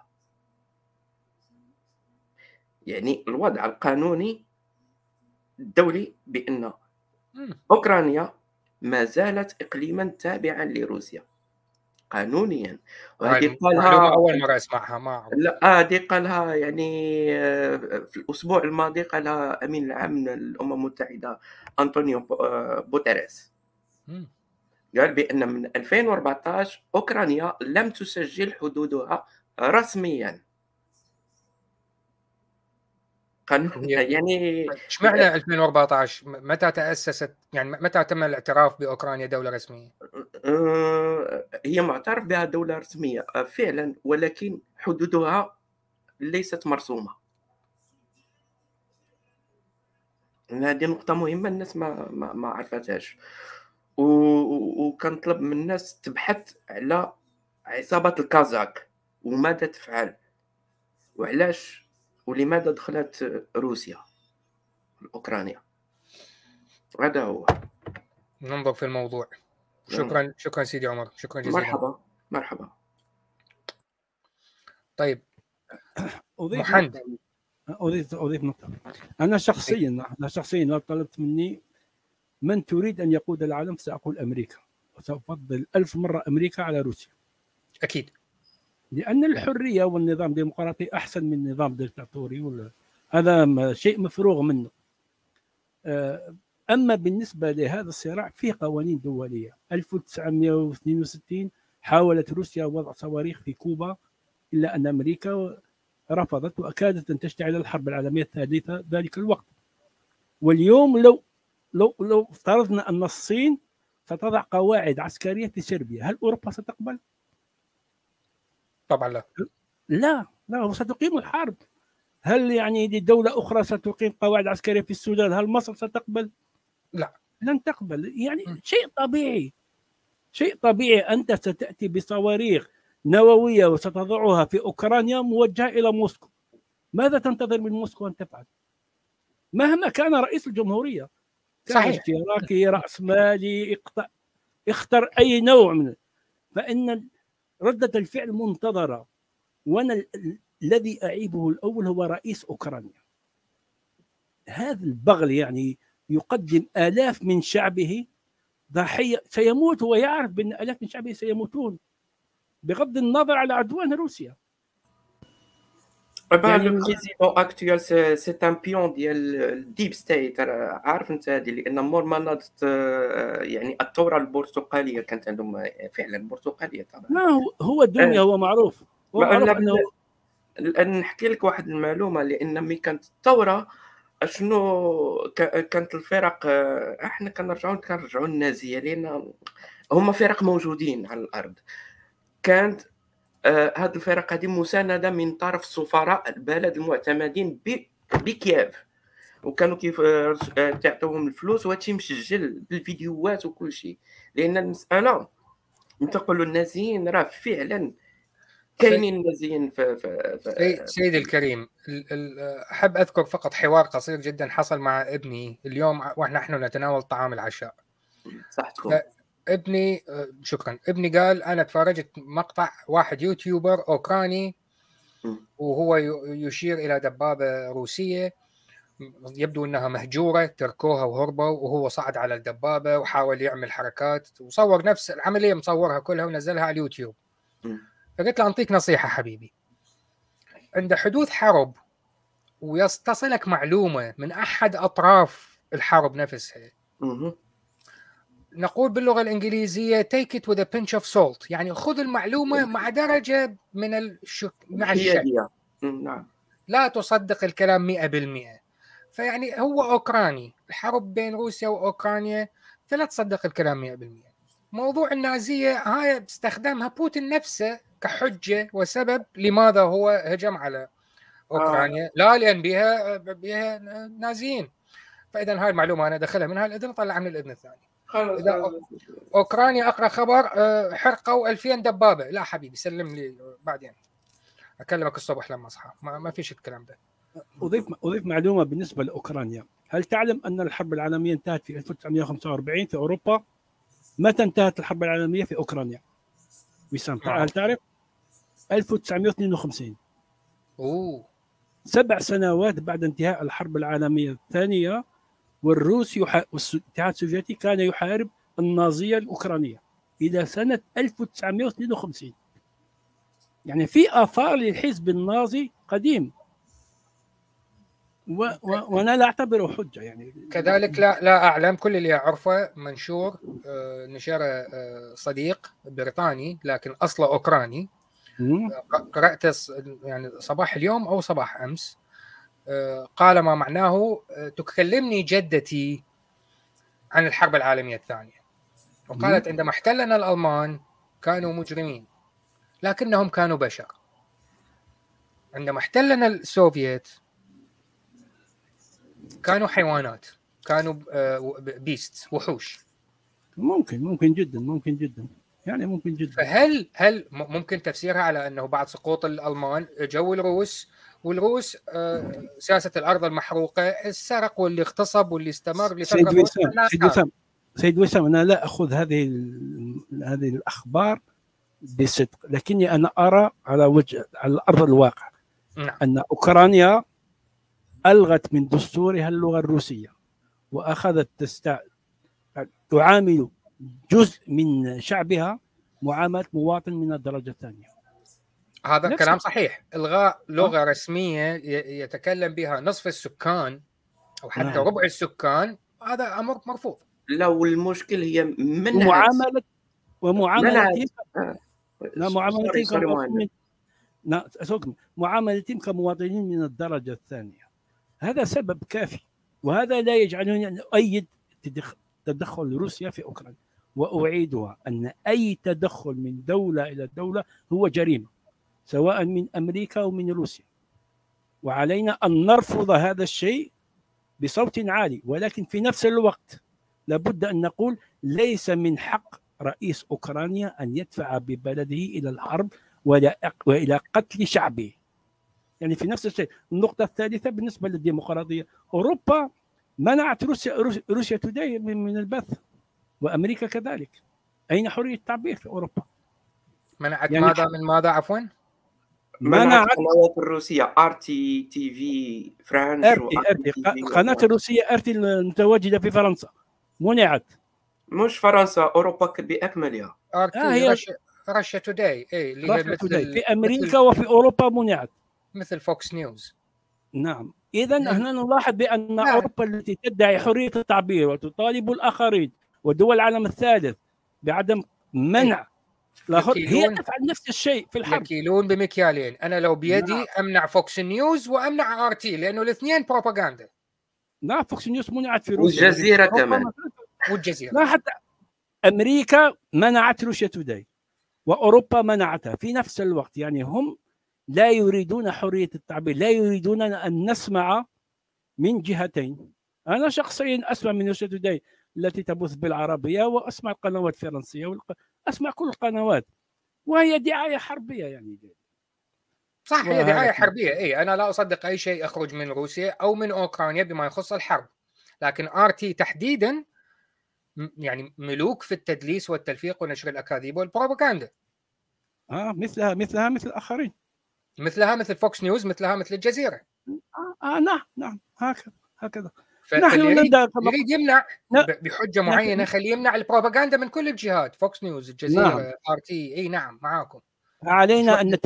يعني الوضع القانوني الدولي بان اوكرانيا ما زالت اقليما تابعا لروسيا قانونيا.
وهذه قالها اول مره اسمعها. ما اعرف.
لا هذه قالها يعني في الاسبوع الماضي قالها امين العام للامم المتحده انطونيو بوتيريس. قال بان من 2014 اوكرانيا لم تسجل حدودها رسميا قانونيا. يعني
اشمعنى 2014 متى تاسست؟ يعني متى تم الاعتراف باوكرانيا دوله رسميه؟
هي معترف بها دوله رسميه فعلا، ولكن حدودها ليست مرسومه. هذه نقطه مهمه الناس ما عرفتهاش. وكنطلب من الناس تبحث على عصابه الكازاك وماذا تفعل وعلاش ولماذا دخلت روسيا اوكرانيا. هذا هو.
ننظر في الموضوع. شكرا سيدي عمر، شكرا جزيلا.
مرحبا.
طيب
اضيف نقطه. انا شخصيا لو طلبت مني من تريد أن يقود العالم سأقول أمريكا، وسأفضل 1000 مرة أمريكا على روسيا.
اكيد.
لأن الحرية والنظام الديمقراطي أحسن من النظام الدكتاتوري، هذا شيء مفروغ منه. أما بالنسبة لهذا الصراع فيه قوانين دولية. 1962 حاولت روسيا وضع صواريخ في كوبا، إلا أن أمريكا رفضت وأكادت أن تشتعل الحرب العالمية الثالثة ذلك الوقت. واليوم لو افترضنا أن الصين ستضع قواعد عسكرية في صربيا، هل أوروبا ستقبل؟
طبعا
لا، وستقيم الحرب. هل يعني دولة أخرى ستقيم قواعد عسكرية في السودان؟ هل مصر ستقبل؟
لا،
لن تقبل. يعني شيء طبيعي. أنت ستأتي بصواريخ نووية وستضعها في أوكرانيا موجهة إلى موسكو. ماذا تنتظر من موسكو أن تفعل؟ مهما كان رئيس الجمهورية، كان
صحيح.
اشتراكي، رأسمالي، اختر أي نوع من، فإن ردة الفعل منتظرة. وأنا الذي أعيبه الأول هو رئيس أوكرانيا. هذا البغل يعني يقدم آلاف من شعبه ضحية، سيموت، هو يعرف بأن آلاف من شعبه سيموتون بغض النظر على عدوان روسيا.
يعني البريزيدون اكتويال سي ان بيون ديال الديب ستيت. عارف انت هذه، لان مور ما ناضت يعني الثوره البرتقاليه كانت عندهم فعلا برتقاليه طبعا.
ما هو الدنيا، هو معروف انه
لان نحكي لك واحد المعلومه، لان ملي كانت الثوره شنو كانت الفرق، احنا كنرجعوا النازيه، لان هما فرق موجودين على الارض. كانت هذه الفرق هذه مساندة من طرف سفراء البلد المعتمدين بكييف، وكانوا كيف تعطوهم الفلوس، وهادشي مسجل بالفيديوهات وكل شيء. لأن المسألة نقولوا النازيين راه فعلا كاينين نازيين
سيدي الكريم، أحب أذكر فقط حوار قصير جدا حصل مع ابني اليوم ونحن نتناول طعام العشاء.
صحتكم.
ابني شكرا. ابني قال أنا تفرجت مقطع واحد يوتيوبر أوكراني وهو يشير إلى دبابة روسية يبدو أنها مهجورة، تركوها وهربوا، وهو صعد على الدبابة وحاول يعمل حركات وصور نفس العملية، مصورها كلها ونزلها على اليوتيوب. فقلت له أعطيك نصيحة حبيبي، عند حدوث حرب ويتصلك معلومة من أحد أطراف الحرب نفسها، نقول باللغة الإنجليزية take it with a pinch of salt، يعني خذ المعلومة مع درجة من مع الشك.
نعم.
لا تصدق الكلام 100%. فيعني هو أوكراني، الحرب بين روسيا وأوكرانيا، فلا تصدق الكلام 100%. موضوع النازية هاي استخدمها بوتين نفسه كحجة وسبب لماذا هو هجم على أوكرانيا. لا لأن بها نازيين. فإذا هاي المعلومة أنا دخلها من هالإذن طلع من الإذن الثاني. إذا أوكرانيا أقرأ خبر حرقوا 2000 دبابة، لا حبيبي سلم لي بعدين أكلمك الصبح لما أصحى. ما فيش الكلام ده.
أضيف معلومة بالنسبة لأوكرانيا. هل تعلم أن الحرب العالمية انتهت في 1945 في أوروبا؟ متى انتهت الحرب العالمية في أوكرانيا؟ وسام، هل تعرف؟ 1952. 7 سنوات بعد انتهاء الحرب العالمية الثانية، والروس والاتحاد السوفيتي كان يحارب النازية الأوكرانية إلى سنة 1952. يعني في آثار للحزب النازي قديم، وانا لا اعتبره حجه. يعني
كذلك لا اعلم، كل اللي اعرفه منشور نشره صديق بريطاني لكن اصله اوكراني، قراته يعني صباح اليوم او صباح امس، قال ما معناه تكلمني جدتي عن الحرب العالميه الثانيه، وقالت عندما احتلنا الالمان كانوا مجرمين لكنهم كانوا بشر، عندما احتلنا السوفييت كانوا حيوانات، كانوا بيست، وحوش.
ممكن جدا يعني ممكن جدا.
فهل ممكن تفسيرها على انه بعد سقوط الالمان جو الروس، والروس سياسه الارض المحروقه، السرق واللي اغتصب واللي استمر
سيد وسام انا لا اخذ هذه الاخبار بصدق، لكني انا ارى على ارض الواقع ان اوكرانيا ألغت من دستورها اللغة الروسية، وأخذت تعامل جزء من شعبها معاملة مواطن من الدرجة الثانية.
هذا
نفس
كلام صحيح. إلغاء لغة رسمية يتكلم بها نصف السكان أو حتى
نعم.
ربع السكان، هذا أمر مرفوض.
لا، والمشكل هي منعت
ومعاملتهم معاملتهم كمواطنين من الدرجة الثانية. هذا سبب كافي، وهذا لا يجعلني أن أؤيد تدخل روسيا في أوكرانيا. وأعيدها أن أي تدخل من دولة إلى دولة هو جريمة، سواء من أمريكا أو من روسيا، وعلينا أن نرفض هذا الشيء بصوت عالي. ولكن في نفس الوقت لابد أن نقول ليس من حق رئيس أوكرانيا أن يدفع ببلده إلى الحرب وإلى قتل شعبه. يعني في نفس الشيء. النقطة الثالثة بالنسبة للديمقراطية، أوروبا منعت روسيا توداي من البث، وأمريكا كذلك. أين حرية التعبير في أوروبا؟
منعت
يعني
ماذا من ماذا عفوا؟
منعت القنوات الروسية RT TV فرنش
القناة الروسية RT المتواجدة في فرنسا منعت.
مش فرنسا، أوروبا بأكملها.
هي رشا توداي
في أمريكا وفي أوروبا منعت،
مثل فوكس نيوز.
نعم. إذن هنا نلاحظ بأن أوروبا التي تدعي حرية التعبير وتطالب الآخرين ودول العالم الثالث بعدم منع هي تفعل نفس الشيء في الحرب.
يكيلون بمكيالين. أنا لو بيدي أمنع فوكس نيوز وأمنع RT، لأنه الاثنين بروباغندا.
لا، فوكس نيوز منعت في روسيا
والجزيرة كمان.
والجزيرة.
لا، حتى أمريكا منعت روسيا توداي وأوروبا منعتها في نفس الوقت. يعني هم لا يريدون حرية التعبير، لا يريدون أن نسمع من جهتين. أنا شخصيا أسمع من روسيا توداي التي تبث بالعربية، وأسمع القنوات الفرنسية، أسمع كل القنوات، وهي دعاية حربية. يعني
صح، هي دعاية حربية. أنا لا أصدق أي شيء أخرج من روسيا أو من أوكرانيا بما يخص الحرب. لكن RT تحديدا يعني ملوك في التدليس والتلفيق ونشر الأكاذيب والبروباغندا.
مثلها مثل الآخرين،
مثلها مثل فوكس نيوز، مثلها مثل الجزيرة.
نعم هكذا.
نحن يريد يمنع بحجة معينة، خليه يمنع البروباغندا من كل الجهات. فوكس نيوز، الجزيرة، RT. نعم معاكم.
علينا أن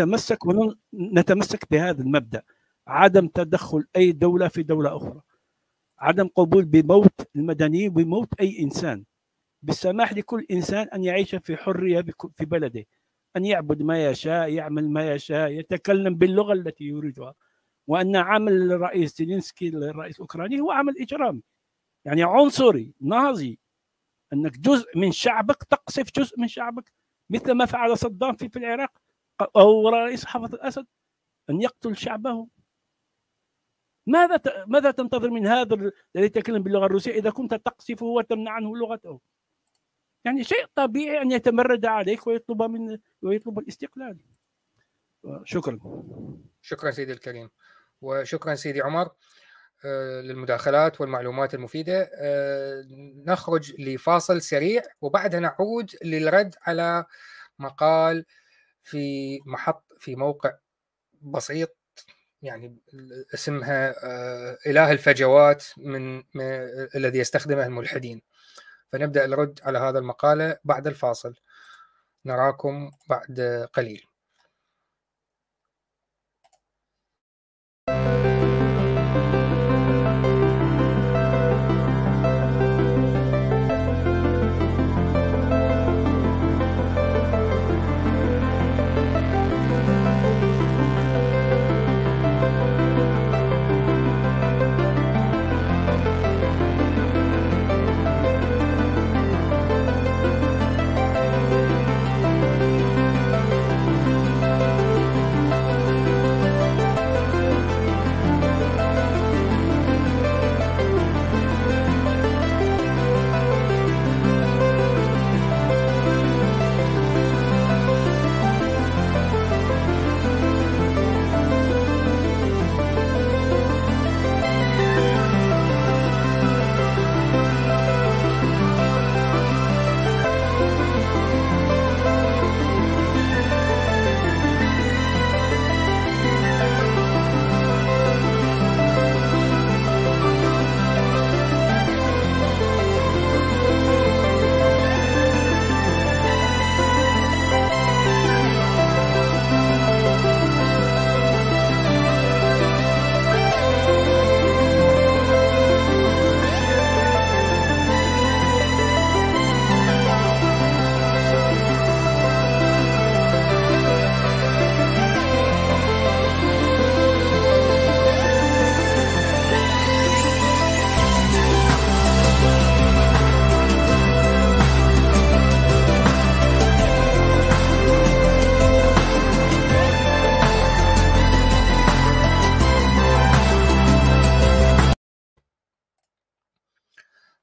نتمسك بهذا المبدأ: عدم تدخل أي دولة في دولة أخرى، عدم قبول بموت المدنيين، بموت أي إنسان، بالسماح لكل إنسان أن يعيش في حرية في بلده، أن يعبد ما يشاء، يعمل ما يشاء، يتكلم باللغة التي يريدها. وأن عمل الرئيس زيلينسكي الرئيس الأوكراني هو عمل إجرامي، يعني عنصري نازي، أنك جزء من شعبك تقصف جزء من شعبك، مثل ما فعل صدام في العراق أو رئيس حافظ الأسد أن يقتل شعبه. ماذا تنتظر من هذا الذي يتكلم باللغة الروسية إذا كنت تقصفه وتمنع عنه لغته؟ يعني شيء طبيعي أن يتمرد عليك ويطلب الاستقلال.
شكرا سيدي الكريم، وشكرا سيدي عمر للمداخلات والمعلومات المفيدة. نخرج لفاصل سريع وبعدها نعود للرد على مقال في موقع بسيط يعني اسمها إله الفجوات من الذي يستخدمه الملحدين. فنبدأ الرد على هذا المقالة بعد الفاصل. نراكم بعد قليل.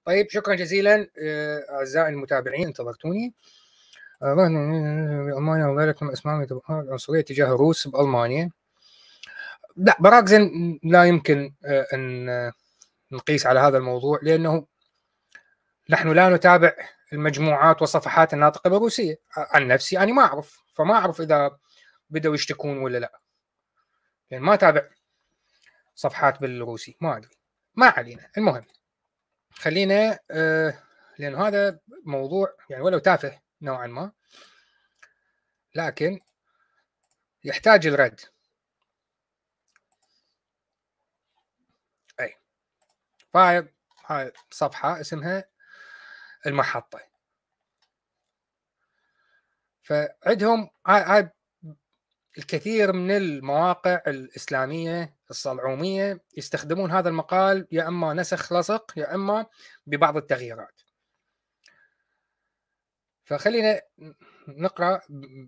طيب شكرا جزيلا اعزائي المتابعين، انتظرتوني. بألمانيا وذلك من اسماء العنصريه تجاه الروس بالمانيا. لا، براغزن لا يمكن ان نقيس على هذا الموضوع، لانه نحن لا نتابع المجموعات وصفحات الناطقه بالروسيه. عن نفسي انا ما اعرف، فما اعرف اذا بدأوا يشتكون ولا لا، يعني ما تابع صفحات بالروسي، ما ادري، ما علينا. المهم خلينا لأن هذا موضوع يعني ولو تافه نوعا ما، لكن يحتاج الرد. أي هاي صفحة اسمها المحطة، فعندهم هاي الكثير من المواقع الإسلامية الصلعومية يستخدمون هذا المقال يا أما نسخ لصق يا أما ببعض التغييرات. فخلينا نقرأ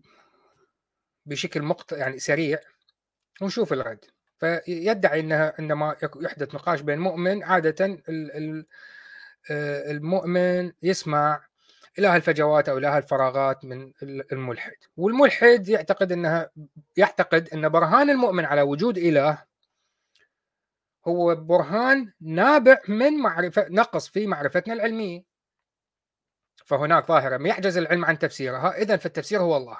بشكل يعني سريع ونشوف الرد. فيدعي أنها عندما يحدث نقاش بين مؤمن، عادة المؤمن يسمع إله الفجوات أو إله الفراغات من الملحد، والملحد يعتقد أن برهان المؤمن على وجود إله هو برهان نابع من نقص في معرفتنا العلمية، فهناك ظاهرة يعجز العلم عن تفسيرها، إذن فالتفسير هو الله.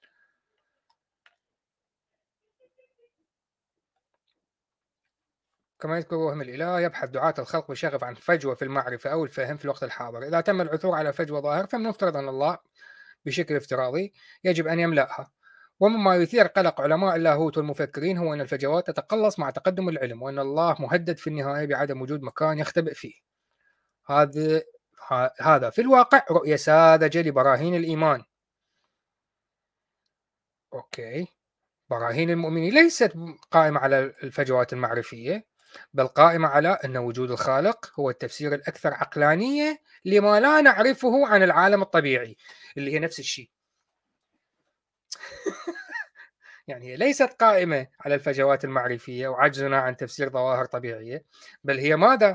كما يذكر وهم الإله يبحث دعاة الخلق بشغف عن فجوة في المعرفة أو الفهم في الوقت الحاضر. إذا تم العثور على فجوة ظاهرة فمن المفترض أن الله بشكل افتراضي يجب أن يملأها. ومما يثير قلق علماء اللاهوت والمفكرين هو أن الفجوات تتقلص مع تقدم العلم، وأن الله مهدد في النهاية بعدم وجود مكان يختبئ فيه. هذا في الواقع رؤية ساذجة لبراهين الإيمان. أوكي، براهين المؤمنين ليست قائمة على الفجوات المعرفية، بل قائمة على أن وجود الخالق هو التفسير الأكثر عقلانية لما لا نعرفه عن العالم الطبيعي، اللي هي نفس الشيء. يعني هي ليست قائمة على الفجوات المعرفية وعجزنا عن تفسير ظواهر طبيعية، بل هي ماذا؟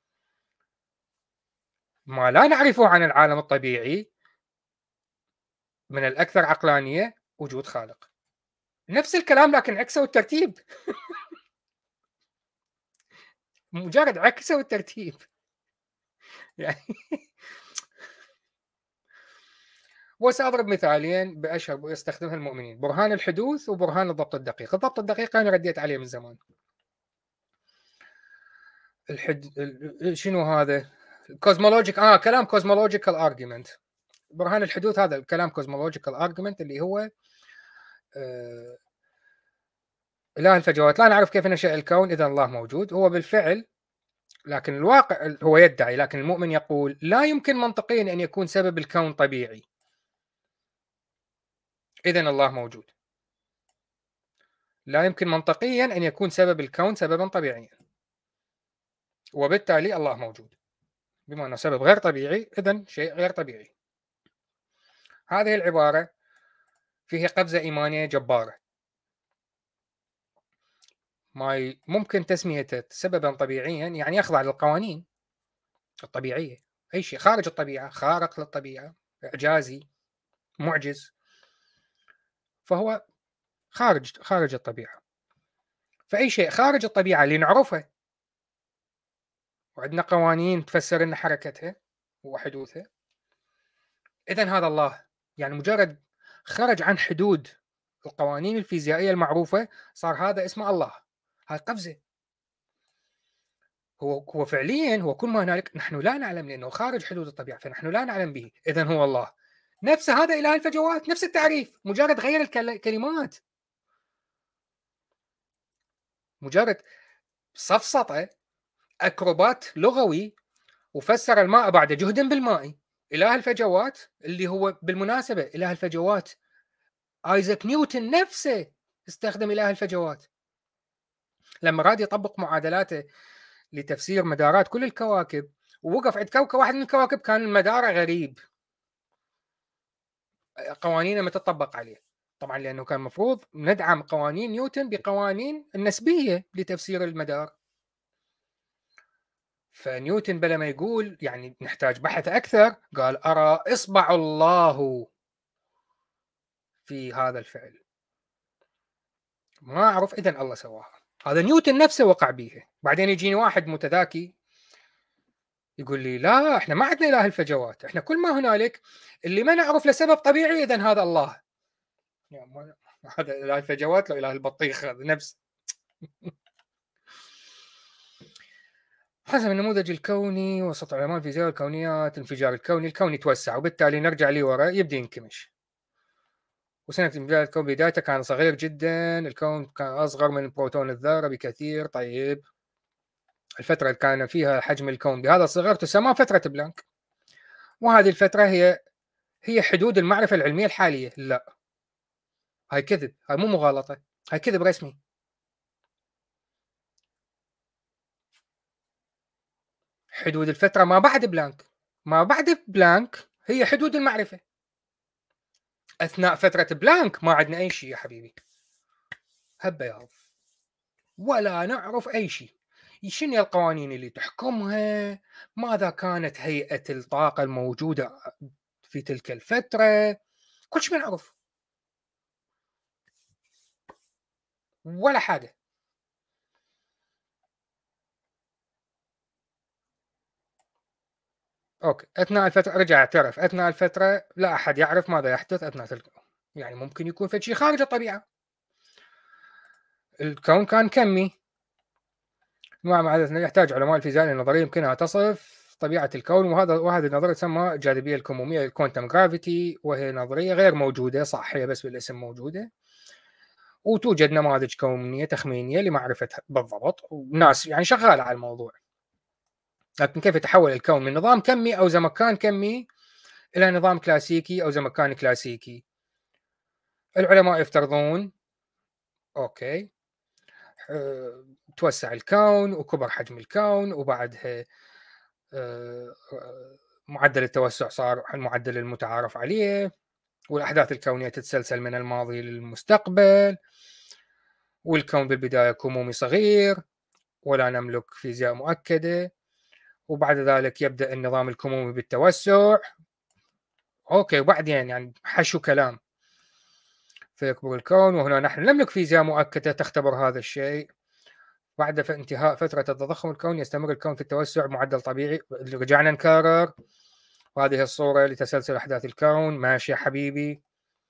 ما لا نعرفه عن العالم الطبيعي من الأكثر عقلانية وجود خالق. نفس الكلام لكن عكسه الترتيب. مجرد عكسه الترتيب يعني. وسأضرب مثالين بأشهر يستخدمها المؤمنين: برهان الحدوث وبرهان الضبط الدقيق. الضبط الدقيق أنا رديت عليه من زمان. شنو هذا؟ كلام cosmological argument. برهان الحدوث هذا الكلام cosmological argument اللي هو إله الفجوات لا نعرف كيف نشأ الكون، إذا الله موجود. هو بالفعل، لكن الواقع هو يدعي، لكن المؤمن يقول لا يمكن منطقيا أن يكون سبب الكون طبيعي، إذن الله موجود. لا يمكن منطقيا أن يكون سبب الكون سببا طبيعيا، وبالتالي الله موجود. بما أنه سبب غير طبيعي إذن شيء غير طبيعي. هذه العبارة فيها قفزة إيمانية جبارة. ما ممكن تسميته سببا طبيعيا يعني يخضع للقوانين الطبيعية. أي شيء خارج الطبيعة، خارق للطبيعة، إعجازي، معجز، فهو خارج الطبيعة. فأي شيء خارج الطبيعة اللي نعرفه وعندنا قوانين تفسر لنا حركتها وحدوثها، إذن هذا الله. يعني مجرد خرج عن حدود القوانين الفيزيائية المعروفة صار هذا اسمه الله. هاي قفزة. هو فعليا هو كل ما هنالك نحن لا نعلم، لأنه خارج حدود الطبيعة فنحن لا نعلم به، إذن هو الله. نفس هذا إله الفجوات، نفس التعريف، مجرد غير الكلمات، مجرد سفسطة أكروبات لغوي وفسر الماء بعد جهد بالماء. إله الفجوات اللي هو بالمناسبة إله الفجوات آيزاك نيوتن نفسه استخدم إله الفجوات لما راد يطبق معادلاته لتفسير مدارات كل الكواكب، ووقف عند كوكب واحد من الكواكب كان المدار غريب، قوانينه ما تطبق عليه طبعا، لأنه كان مفروض ندعم قوانين نيوتن بقوانين النسبية لتفسير المدار. فنيوتن بلا ما يقول يعني نحتاج بحث أكثر، قال أرى إصبع الله في هذا الفعل، ما أعرف إذن الله سواها. هذا نيوتن نفسه وقع به. بعدين يجيني واحد متذاكي يقول لي لا احنا ما عندنا إله الفجوات، احنا كل ما هنالك اللي ما نعرف لسبب طبيعي إذن هذا الله. يعني هذا إله الفجوات لو إله البطيخ هذا نفس. حسب النموذج الكوني وسط علماء الفيزياء والكونيات الانفجار الكوني، الكون يتوسع وبالتالي نرجع لي وراء يبدأ ينكمش. وسنة انفجار الكون بدايته كان صغير جدا، الكون كان أصغر من بروتون الذرة بكثير. طيب الفترة اللي كان فيها حجم الكون بهذا الصغر تسمى فترة بلانك، وهذه الفترة هي حدود المعرفة العلمية الحالية. لا هاي كذب، هاي مو مغالطة، هاي كذب رسمي. حدود الفترة ما بعد بلانك، ما بعد بلانك هي حدود المعرفة. أثناء فترة بلانك ما عندنا أي شيء يا حبيبي، هبة يا هب، ولا نعرف أي شيء. شنو القوانين اللي تحكمها، ماذا كانت هيئة الطاقة الموجودة في تلك الفترة، كل شيء ما نعرف ولا حاجة. أوكي، أثناء الفترة رجع اعترف، أثناء الفترة لا أحد يعرف ماذا يحدث أثناء تلك، يعني ممكن يكون في شيء خارج الطبيعة. الكون كان كمي، مع يحتاج علماء الفيزياء لنظرية يمكنها تصف طبيعة الكون، وهذه النظرية تسمى الجاذبية الكمومية الكوانتم جرافيتي، وهي نظرية غير موجودة، صح هي بس بالاسم موجودة، وتوجد نماذج كونية تخمينية لمعرفتها بالضبط، وناس يعني شغالة على الموضوع. لكن كيف يتحول الكون من نظام كمي أو زمكان كمي إلى نظام كلاسيكي أو زمكان كلاسيكي؟ العلماء يفترضون أوكي توسع الكون وكبر حجم الكون، وبعدها معدل التوسع صار المعدل المتعارف عليه، والأحداث الكونية تتسلسل من الماضي للمستقبل، والكون بالبداية كمومي صغير ولا نملك فيزياء مؤكدة، وبعد ذلك يبدأ النظام الكمومي بالتوسع. أوكي، وبعدين يعني حشو كلام، فيكبر الكون، وهنا نحن نملك فيزياء مؤكدة تختبر هذا الشيء. بعد انتهاء فترة التضخم الكوني يستمر الكون في التوسع بمعدل طبيعي. رجعنا نكرر وهذه الصورة لتسلسل أحداث الكون. ماشي يا حبيبي،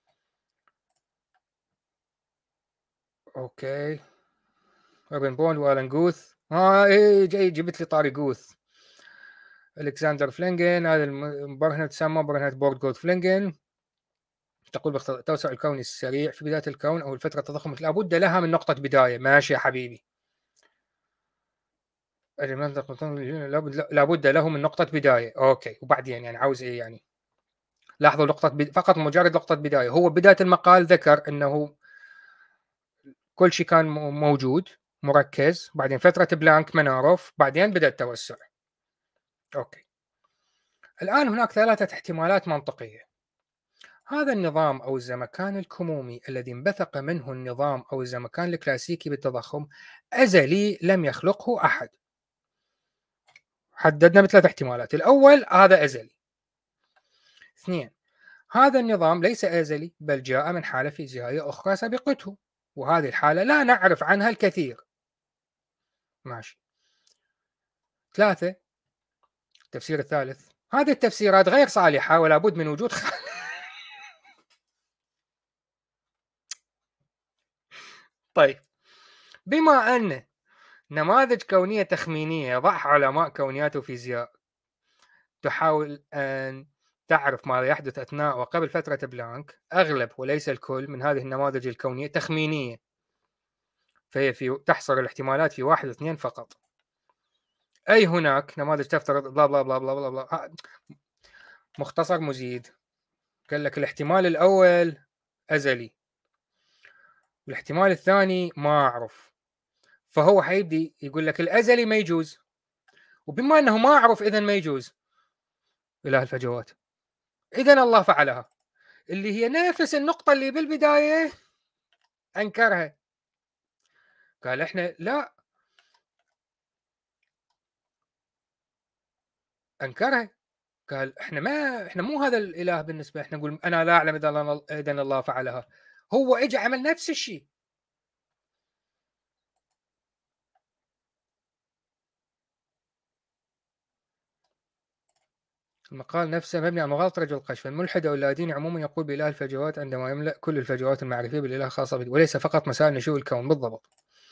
أوكي. روبن بوند وألان جوث، إيه جبت لي طاري جوث. ألكسندر فلينجن، هذا البرهنة تسمى برهنة بورد جوث فلينجن، تقول بالتوسع الكوني السريع في بداية الكون أو الفترة التضخم لابد لها من نقطة بداية. ماشي يا حبيبي، لابد له من نقطة بداية. أوكي، وبعدين يعني عاوز إيه يعني؟ لاحظوا نقطة فقط مجرد نقطة بداية. هو بداية المقال ذكر أنه كل شيء كان موجود مركز، بعدين فترة بلانك ما نعرف، بعدين بدأ التوسع. أوكي، الآن هناك ثلاثة احتمالات منطقية. هذا النظام أو الزمكان الكمومي الذي انبثق منه النظام أو الزمكان الكلاسيكي بالتضخم أزلي لم يخلقه أحد. حددنا بثلاث احتمالات. الأول هذا أزلي. اثنين، هذا النظام ليس أزلي بل جاء من حالة فيزيائية أخرى سبقته، وهذه الحالة لا نعرف عنها الكثير. ماشي. ثلاثة، التفسير الثالث، هذه التفسيرات غير صالحة ولا بد من وجود طيب، بما أن نماذج كونية تخمينية يضعها علماء كونيات وفيزياء تحاول أن تعرف ماذا يحدث أثناء وقبل فترة بلانك، أغلب وليس الكل من هذه النماذج الكونية تخمينية، فهي تحصر الاحتمالات في 1 و2 فقط. أي هناك نماذج تفترض بلا بلا بلا بلا بلا بلا. مختصر مزيد، قال لك الاحتمال الأول أزلي، والاحتمال الثاني ما أعرف، فهو حيبدي يقول لك الأزلي ما يجوز، وبما أنه ما أعرف إذن ما يجوز إله الفجوات، إذن الله فعلها، اللي هي نفس النقطة اللي بالبداية أنكرها. قال إحنا لا، انكرها، قال احنا مو هذا الاله بالنسبه، احنا نقول انا لا اعلم اذا الله فعلها. هو اجى عمل نفس الشيء. المقال نفسه مبني على مغالطة رجل القش، فالملحد أو اللاديني عموما يقول بإله الفجوات عندما يملأ كل الفجوات المعرفية بالإله الخاصة به، وليس فقط مسائل نشوء الكون. بالضبط.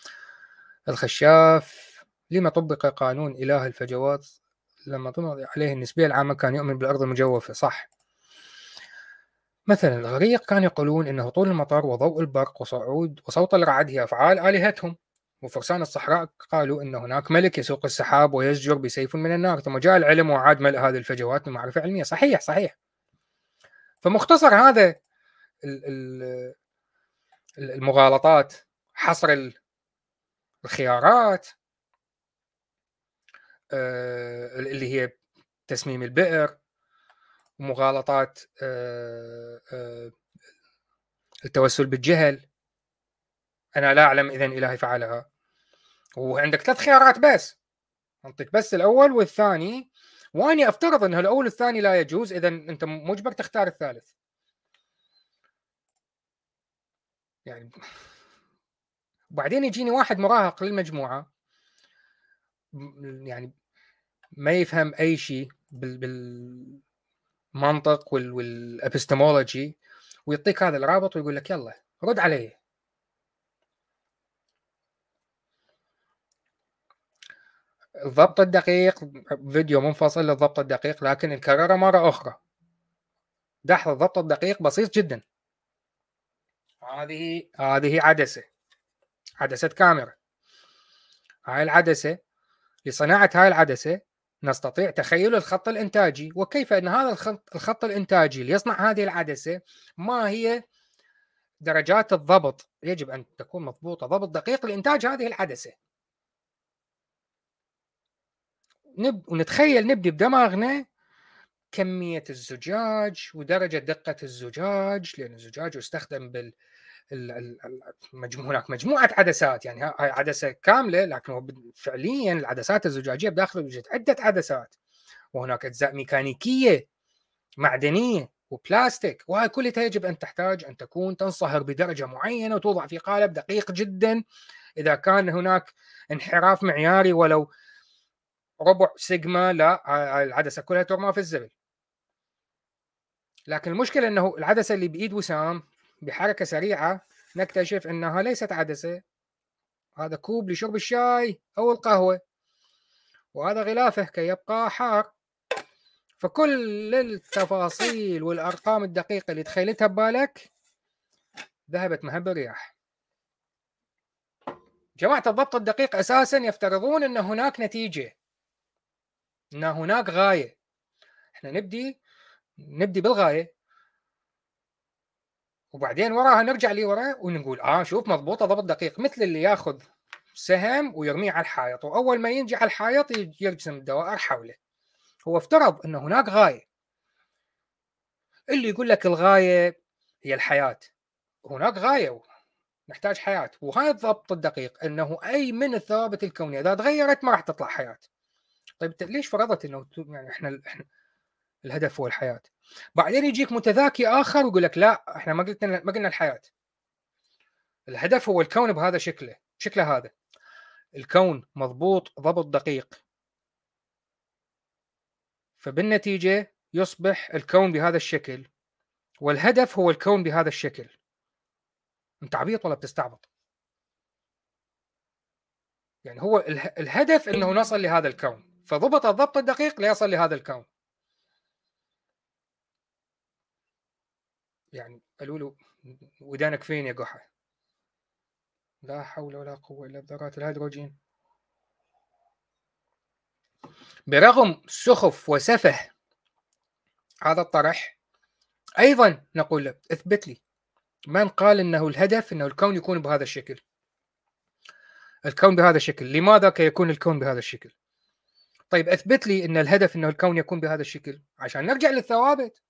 الخشاف: لما طبق قانون إله الفجوات لما طبق عليه النسبية العامة كان يؤمن بالأرض المجوفة. صح. مثلا الغريق كانوا يقولون إنه طول المطر وضوء البرق وصوت الرعد هي أفعال آلهتهم، وفرسان الصحراء قالوا إن هناك ملك يسوق السحاب ويزجر بسيف من النار، ثم جاء العلم وعاد ملء هذه الفجوات بمعرفة علمية. صحيح صحيح. فمختصر هذا المغالطات، حصر الخيارات اللي هي تسميم البئر، ومغالطات التوسل بالجهل، أنا لا أعلم إذن إلهي فعلها. وعندك 3 خيارات بس، أعطيك بس الأول والثاني، وأني أفترض أنه الأول والثاني لا يجوز، إذن أنت مجبر تختار الثالث. يعني وبعدين يجيني واحد مراهق للمجموعة يعني ما يفهم أي شيء بالمنطق والابستمولوجي، ويعطيك هذا الرابط ويقول لك يلا رد عليه. الضبط الدقيق فيديو منفصل للضبط الدقيق، لكن نكرره مرة أخرى. دحض الضبط الدقيق بسيط جدا. هذه عدسة كاميرا. هاي العدسة، لصناعة هاي العدسة نستطيع تخيل الخط الإنتاجي، وكيف أن هذا الخط الإنتاجي ليصنع هذه العدسة، ما هي درجات الضبط يجب أن تكون مضبوطة ضبط دقيق لإنتاج هذه العدسة. ونتخيل نبدي بدماغنا كمية الزجاج ودرجة دقة الزجاج، لأن الزجاج يستخدم هناك مجموعة عدسات، يعني هاي عدسة كاملة، لكن فعليا العدسات الزجاجية بداخل يوجد عدة عدسات، وهناك أجزاء ميكانيكية معدنية وبلاستيك، وهي كلها يجب أن تحتاج أن تكون تنصهر بدرجة معينة وتوضع في قالب دقيق جدا. إذا كان هناك انحراف معياري ولو ربع سيجما، لا، العدسة كلها ترمى في الزبل. لكن المشكلة أنه العدسة اللي بإيد وسام بحركة سريعة نكتشف أنها ليست عدسة، هذا كوب لشرب الشاي أو القهوة، وهذا غلافه كي يبقى حار. فكل التفاصيل والأرقام الدقيقة اللي تخيلتها ببالك ذهبت مهب الرياح. جماعة الضبط الدقيق أساسا يفترضون أن هناك نتيجة، أن هناك غاية. احنا نبدي بالغاية، وبعدين وراها نرجع لي ورا ونقول شوف مضبوطة ضبط دقيق، مثل اللي ياخذ سهم ويرميه على الحائط، وأول ما ينجي على الحائط يرسم دوائر حوله. هو افترض أن هناك غاية. اللي يقول لك الغاية هي الحياة، هناك غاية، نحتاج حياة، وهذا الضبط الدقيق أنه أي من الثوابت الكونية إذا تغيرت ما راح تطلع حياة. طيب ليش فرضت أنه يعني إحنا الهدف هو الحياة؟ بعدين يجيك متذاكي آخر ويقول لك لا، إحنا ما قلنا الحياة، الهدف هو الكون بهذا شكله هذا. الكون مضبوط ضبط دقيق، فبالنتيجة يصبح الكون بهذا الشكل، والهدف هو الكون بهذا الشكل. انت عبيط ولا بتستعبط؟ يعني هو الهدف انه نصل لهذا الكون، فضبط الضبط الدقيق ليصل لهذا الكون. يعني قالوا له ودانك فين يا قحة؟ لا حول ولا قوة الا بذرات الهيدروجين. برغم سخف وسفه هذا الطرح، ايضا نقول له اثبت لي من قال انه الهدف انه الكون يكون بهذا الشكل. الكون بهذا الشكل، لماذا كي يكون الكون بهذا الشكل؟ طيب اثبت لي ان الهدف انه الكون يكون بهذا الشكل عشان نرجع للثوابت.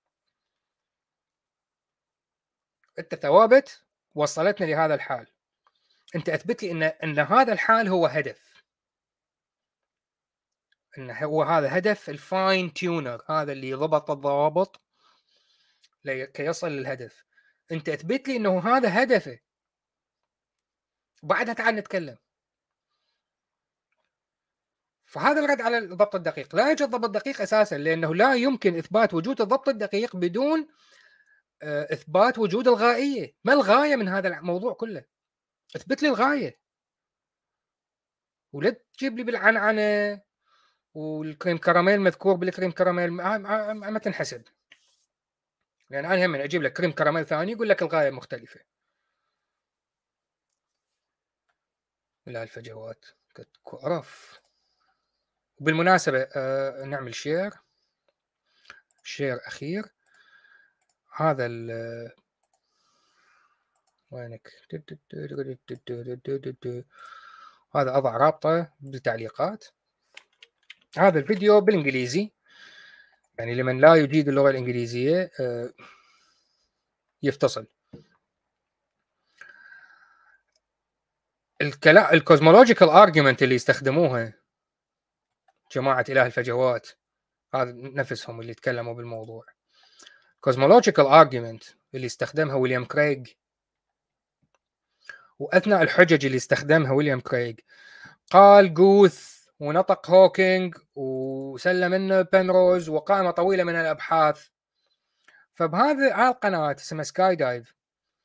الثوابت وصلتنا لهذا الحال، انت اثبت لي ان هذا الحال هو هدف. انه هو هذا هدف الفاين تيونر، هذا اللي يضبط الضوابط كي يصل للهدف. انت اثبت لي انه هذا هدفه، وبعدها تعال نتكلم. فهذا الرد على الضبط الدقيق. لا يوجد ضبط دقيق اساسا، لانه لا يمكن اثبات وجود الضبط الدقيق بدون اثبات وجود الغائيه. ما الغايه من هذا الموضوع كله؟ اثبت لي الغايه، ولا تجيب لي بالعنعنه والكريم كراميل مذكور بالكريم كراميل ما تنحسب. لان انا هم اجيب لك كريم كراميل ثاني يقول لك الغايه مختلفه. لا الفجوات قرف. وبالمناسبه نعمل شير اخير. هذا وينك؟ هذا اضع رابطه بالتعليقات. هذا الفيديو بالانجليزي، يعني لمن لا يجيد اللغه الانجليزيه يفتصل. الكوزمولوجيكال ارجيومنت اللي يستخدموها جماعه اله الفجوات، هذا نفسهم اللي تكلموا بالموضوع. كوزمولوجيكال ارجيومنت اللي استخدمها ويليام كريغ، واثناء الحجج اللي استخدمها ويليام كريغ قال جوث ونطق هوكينج وسلم منه بنروز وقائمه طويله من الابحاث. فبهذه القناه اسمها سكاي دايف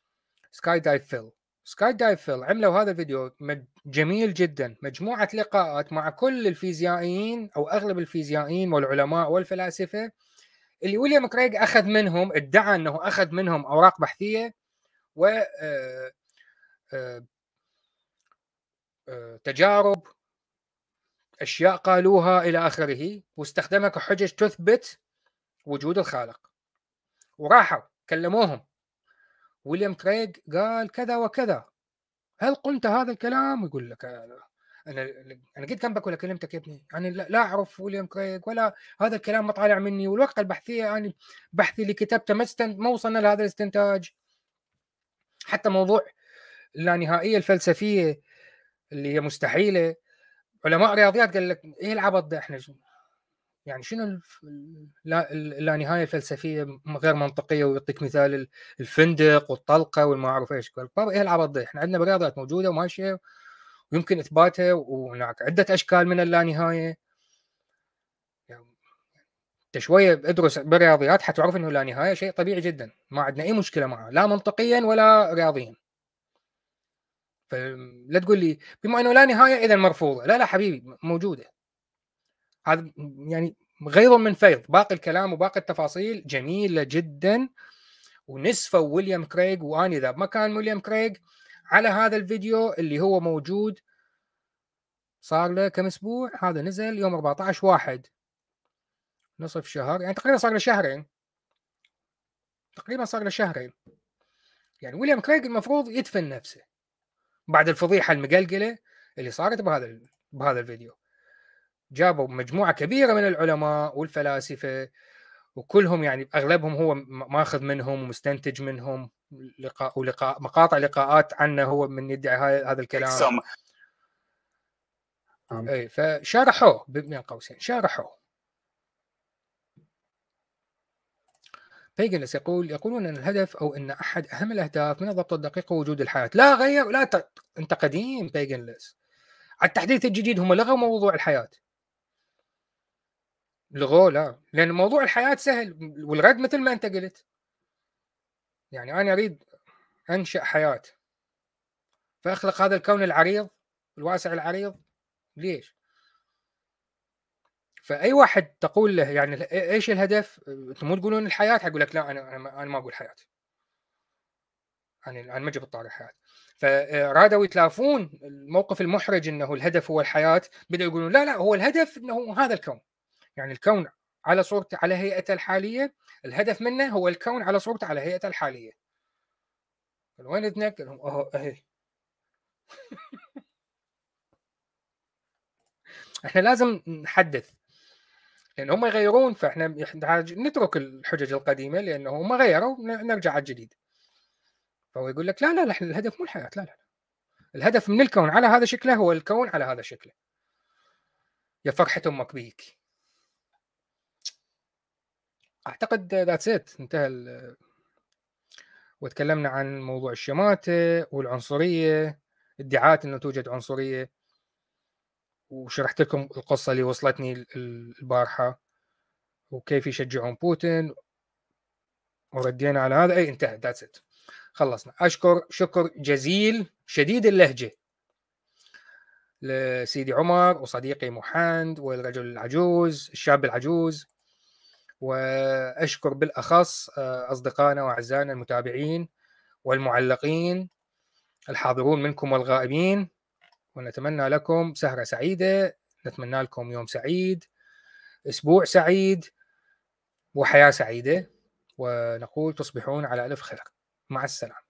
فيل عملوا هذا الفيديو جميل جدا، مجموعه لقاءات مع كل الفيزيائيين او اغلب الفيزيائيين والعلماء والفلاسفه اللي ويليام كريغ اخذ منهم، ادعى انه اخذ منهم اوراق بحثيه و تجارب، اشياء قالوها الى اخره، واستخدمها كحجج تثبت وجود الخالق. وراحوا كلموهم، ويليام كريغ قال كذا وكذا، هل قلت هذا الكلام؟ يقول لك انا قد كم ولا كلمتك يا ابني، يعني لا اعرف ويليام كريغ ولا هذا الكلام ما طالع مني، والورقه البحثيه يعني بحثي اللي كتبته ما وصلنا لهذا الاستنتاج. حتى موضوع اللانهائيه الفلسفيه اللي هي مستحيله، علماء رياضيات قال لك ايه العبط ده، احنا يعني شنو اللانهايه الفلسفيه غير منطقيه، ويعطيك مثال الفندق والطلقه والما اعرف ايش. قال بابا ايه العبط ده، احنا عندنا رياضيات موجوده وماشيه ويمكن اثباتها، وهناك عده اشكال من اللانهايه. يعني انت شويه ادرس بالرياضيات حتعرف انه لا نهايه شيء طبيعي جدا، ما عندنا اي مشكله معه لا منطقيا ولا رياضيا. فلا تقول لي بما انه لا نهايه اذا مرفوضه، لا حبيبي موجوده. هذا يعني غير من فيض. باقي الكلام وباقي التفاصيل جميله جدا، ونسفوا ويليام كريغ. واني اذا ما كان ويليام كريغ على هذا الفيديو اللي هو موجود صار له كم اسبوع، هذا نزل يوم 14/1 نصف شهر، يعني تقريبا صار له شهرين. يعني ويليام كريغ المفروض يدفن نفسه بعد الفضيحه المقلقله اللي صارت بهذا الفيديو. جابوا مجموعه كبيره من العلماء والفلاسفه، وكلهم يعني اغلبهم هو ماخذ منهم ومستنتج منهم ولقاء مقاطع لقاءات عنه هو من يدعي هذا الكلام. اي فشرحوه بين قوسين شرحوه. بيجنلس يقولون ان الهدف او ان احد اهم الاهداف من الضبط الدقيق هو وجود الحياه. لا غير، لا انت قديم بيجنلس. على التحديث الجديد هم لغوا موضوع الحياه، لغوه. لا، لان موضوع الحياه سهل، والرد مثل ما انت قلت، يعني انا اريد انشا حياه فاخلق هذا الكون العريض الواسع العريض، ليش؟ فاي واحد تقول له يعني ايش الهدف، انتم مو تقولون الحياه، حيقول لك لا انا ما اقول حياه، انا ما جبت طاري الحياه. فرادوا يتلافون الموقف المحرج انه الهدف هو الحياه، بدأوا يقولون لا هو الهدف انه هذا الكون، يعني الكون على صورته على هيئته الحاليه، الهدف منه هو الكون على صورته على هيئته الحاليه. وين اذنك؟ اهي احنا لازم نحدث، لان هم يغيرون، فاحنا نترك الحجج القديمه لانه هم غيروا، نرجع على الجديد. فهو يقول لك لا احنا الهدف مو الحياه، لا الهدف من الكون على هذا شكله هو الكون على هذا شكله. يا فرحة أمك بيك. أعتقد ذاتس إت، انتهى وتكلمنا عن موضوع الشماتة والعنصرية، ادعاءات أنه توجد عنصرية، وشرحت لكم القصة اللي وصلتني البارحة وكيف يشجعون بوتين، وردينا على هذا. أي انتهى، ذاتس إت، خلصنا. أشكر شكر جزيل شديد اللهجة لسيدي عمر وصديقي محمد والرجل العجوز، الشاب العجوز، وأشكر بالأخص أصدقائنا وأعزائنا المتابعين والمعلقين الحاضرون منكم والغائبين، ونتمنى لكم سهرة سعيدة، نتمنى لكم يوم سعيد، أسبوع سعيد، وحياة سعيدة، ونقول تصبحون على ألف خير. مع السلامة.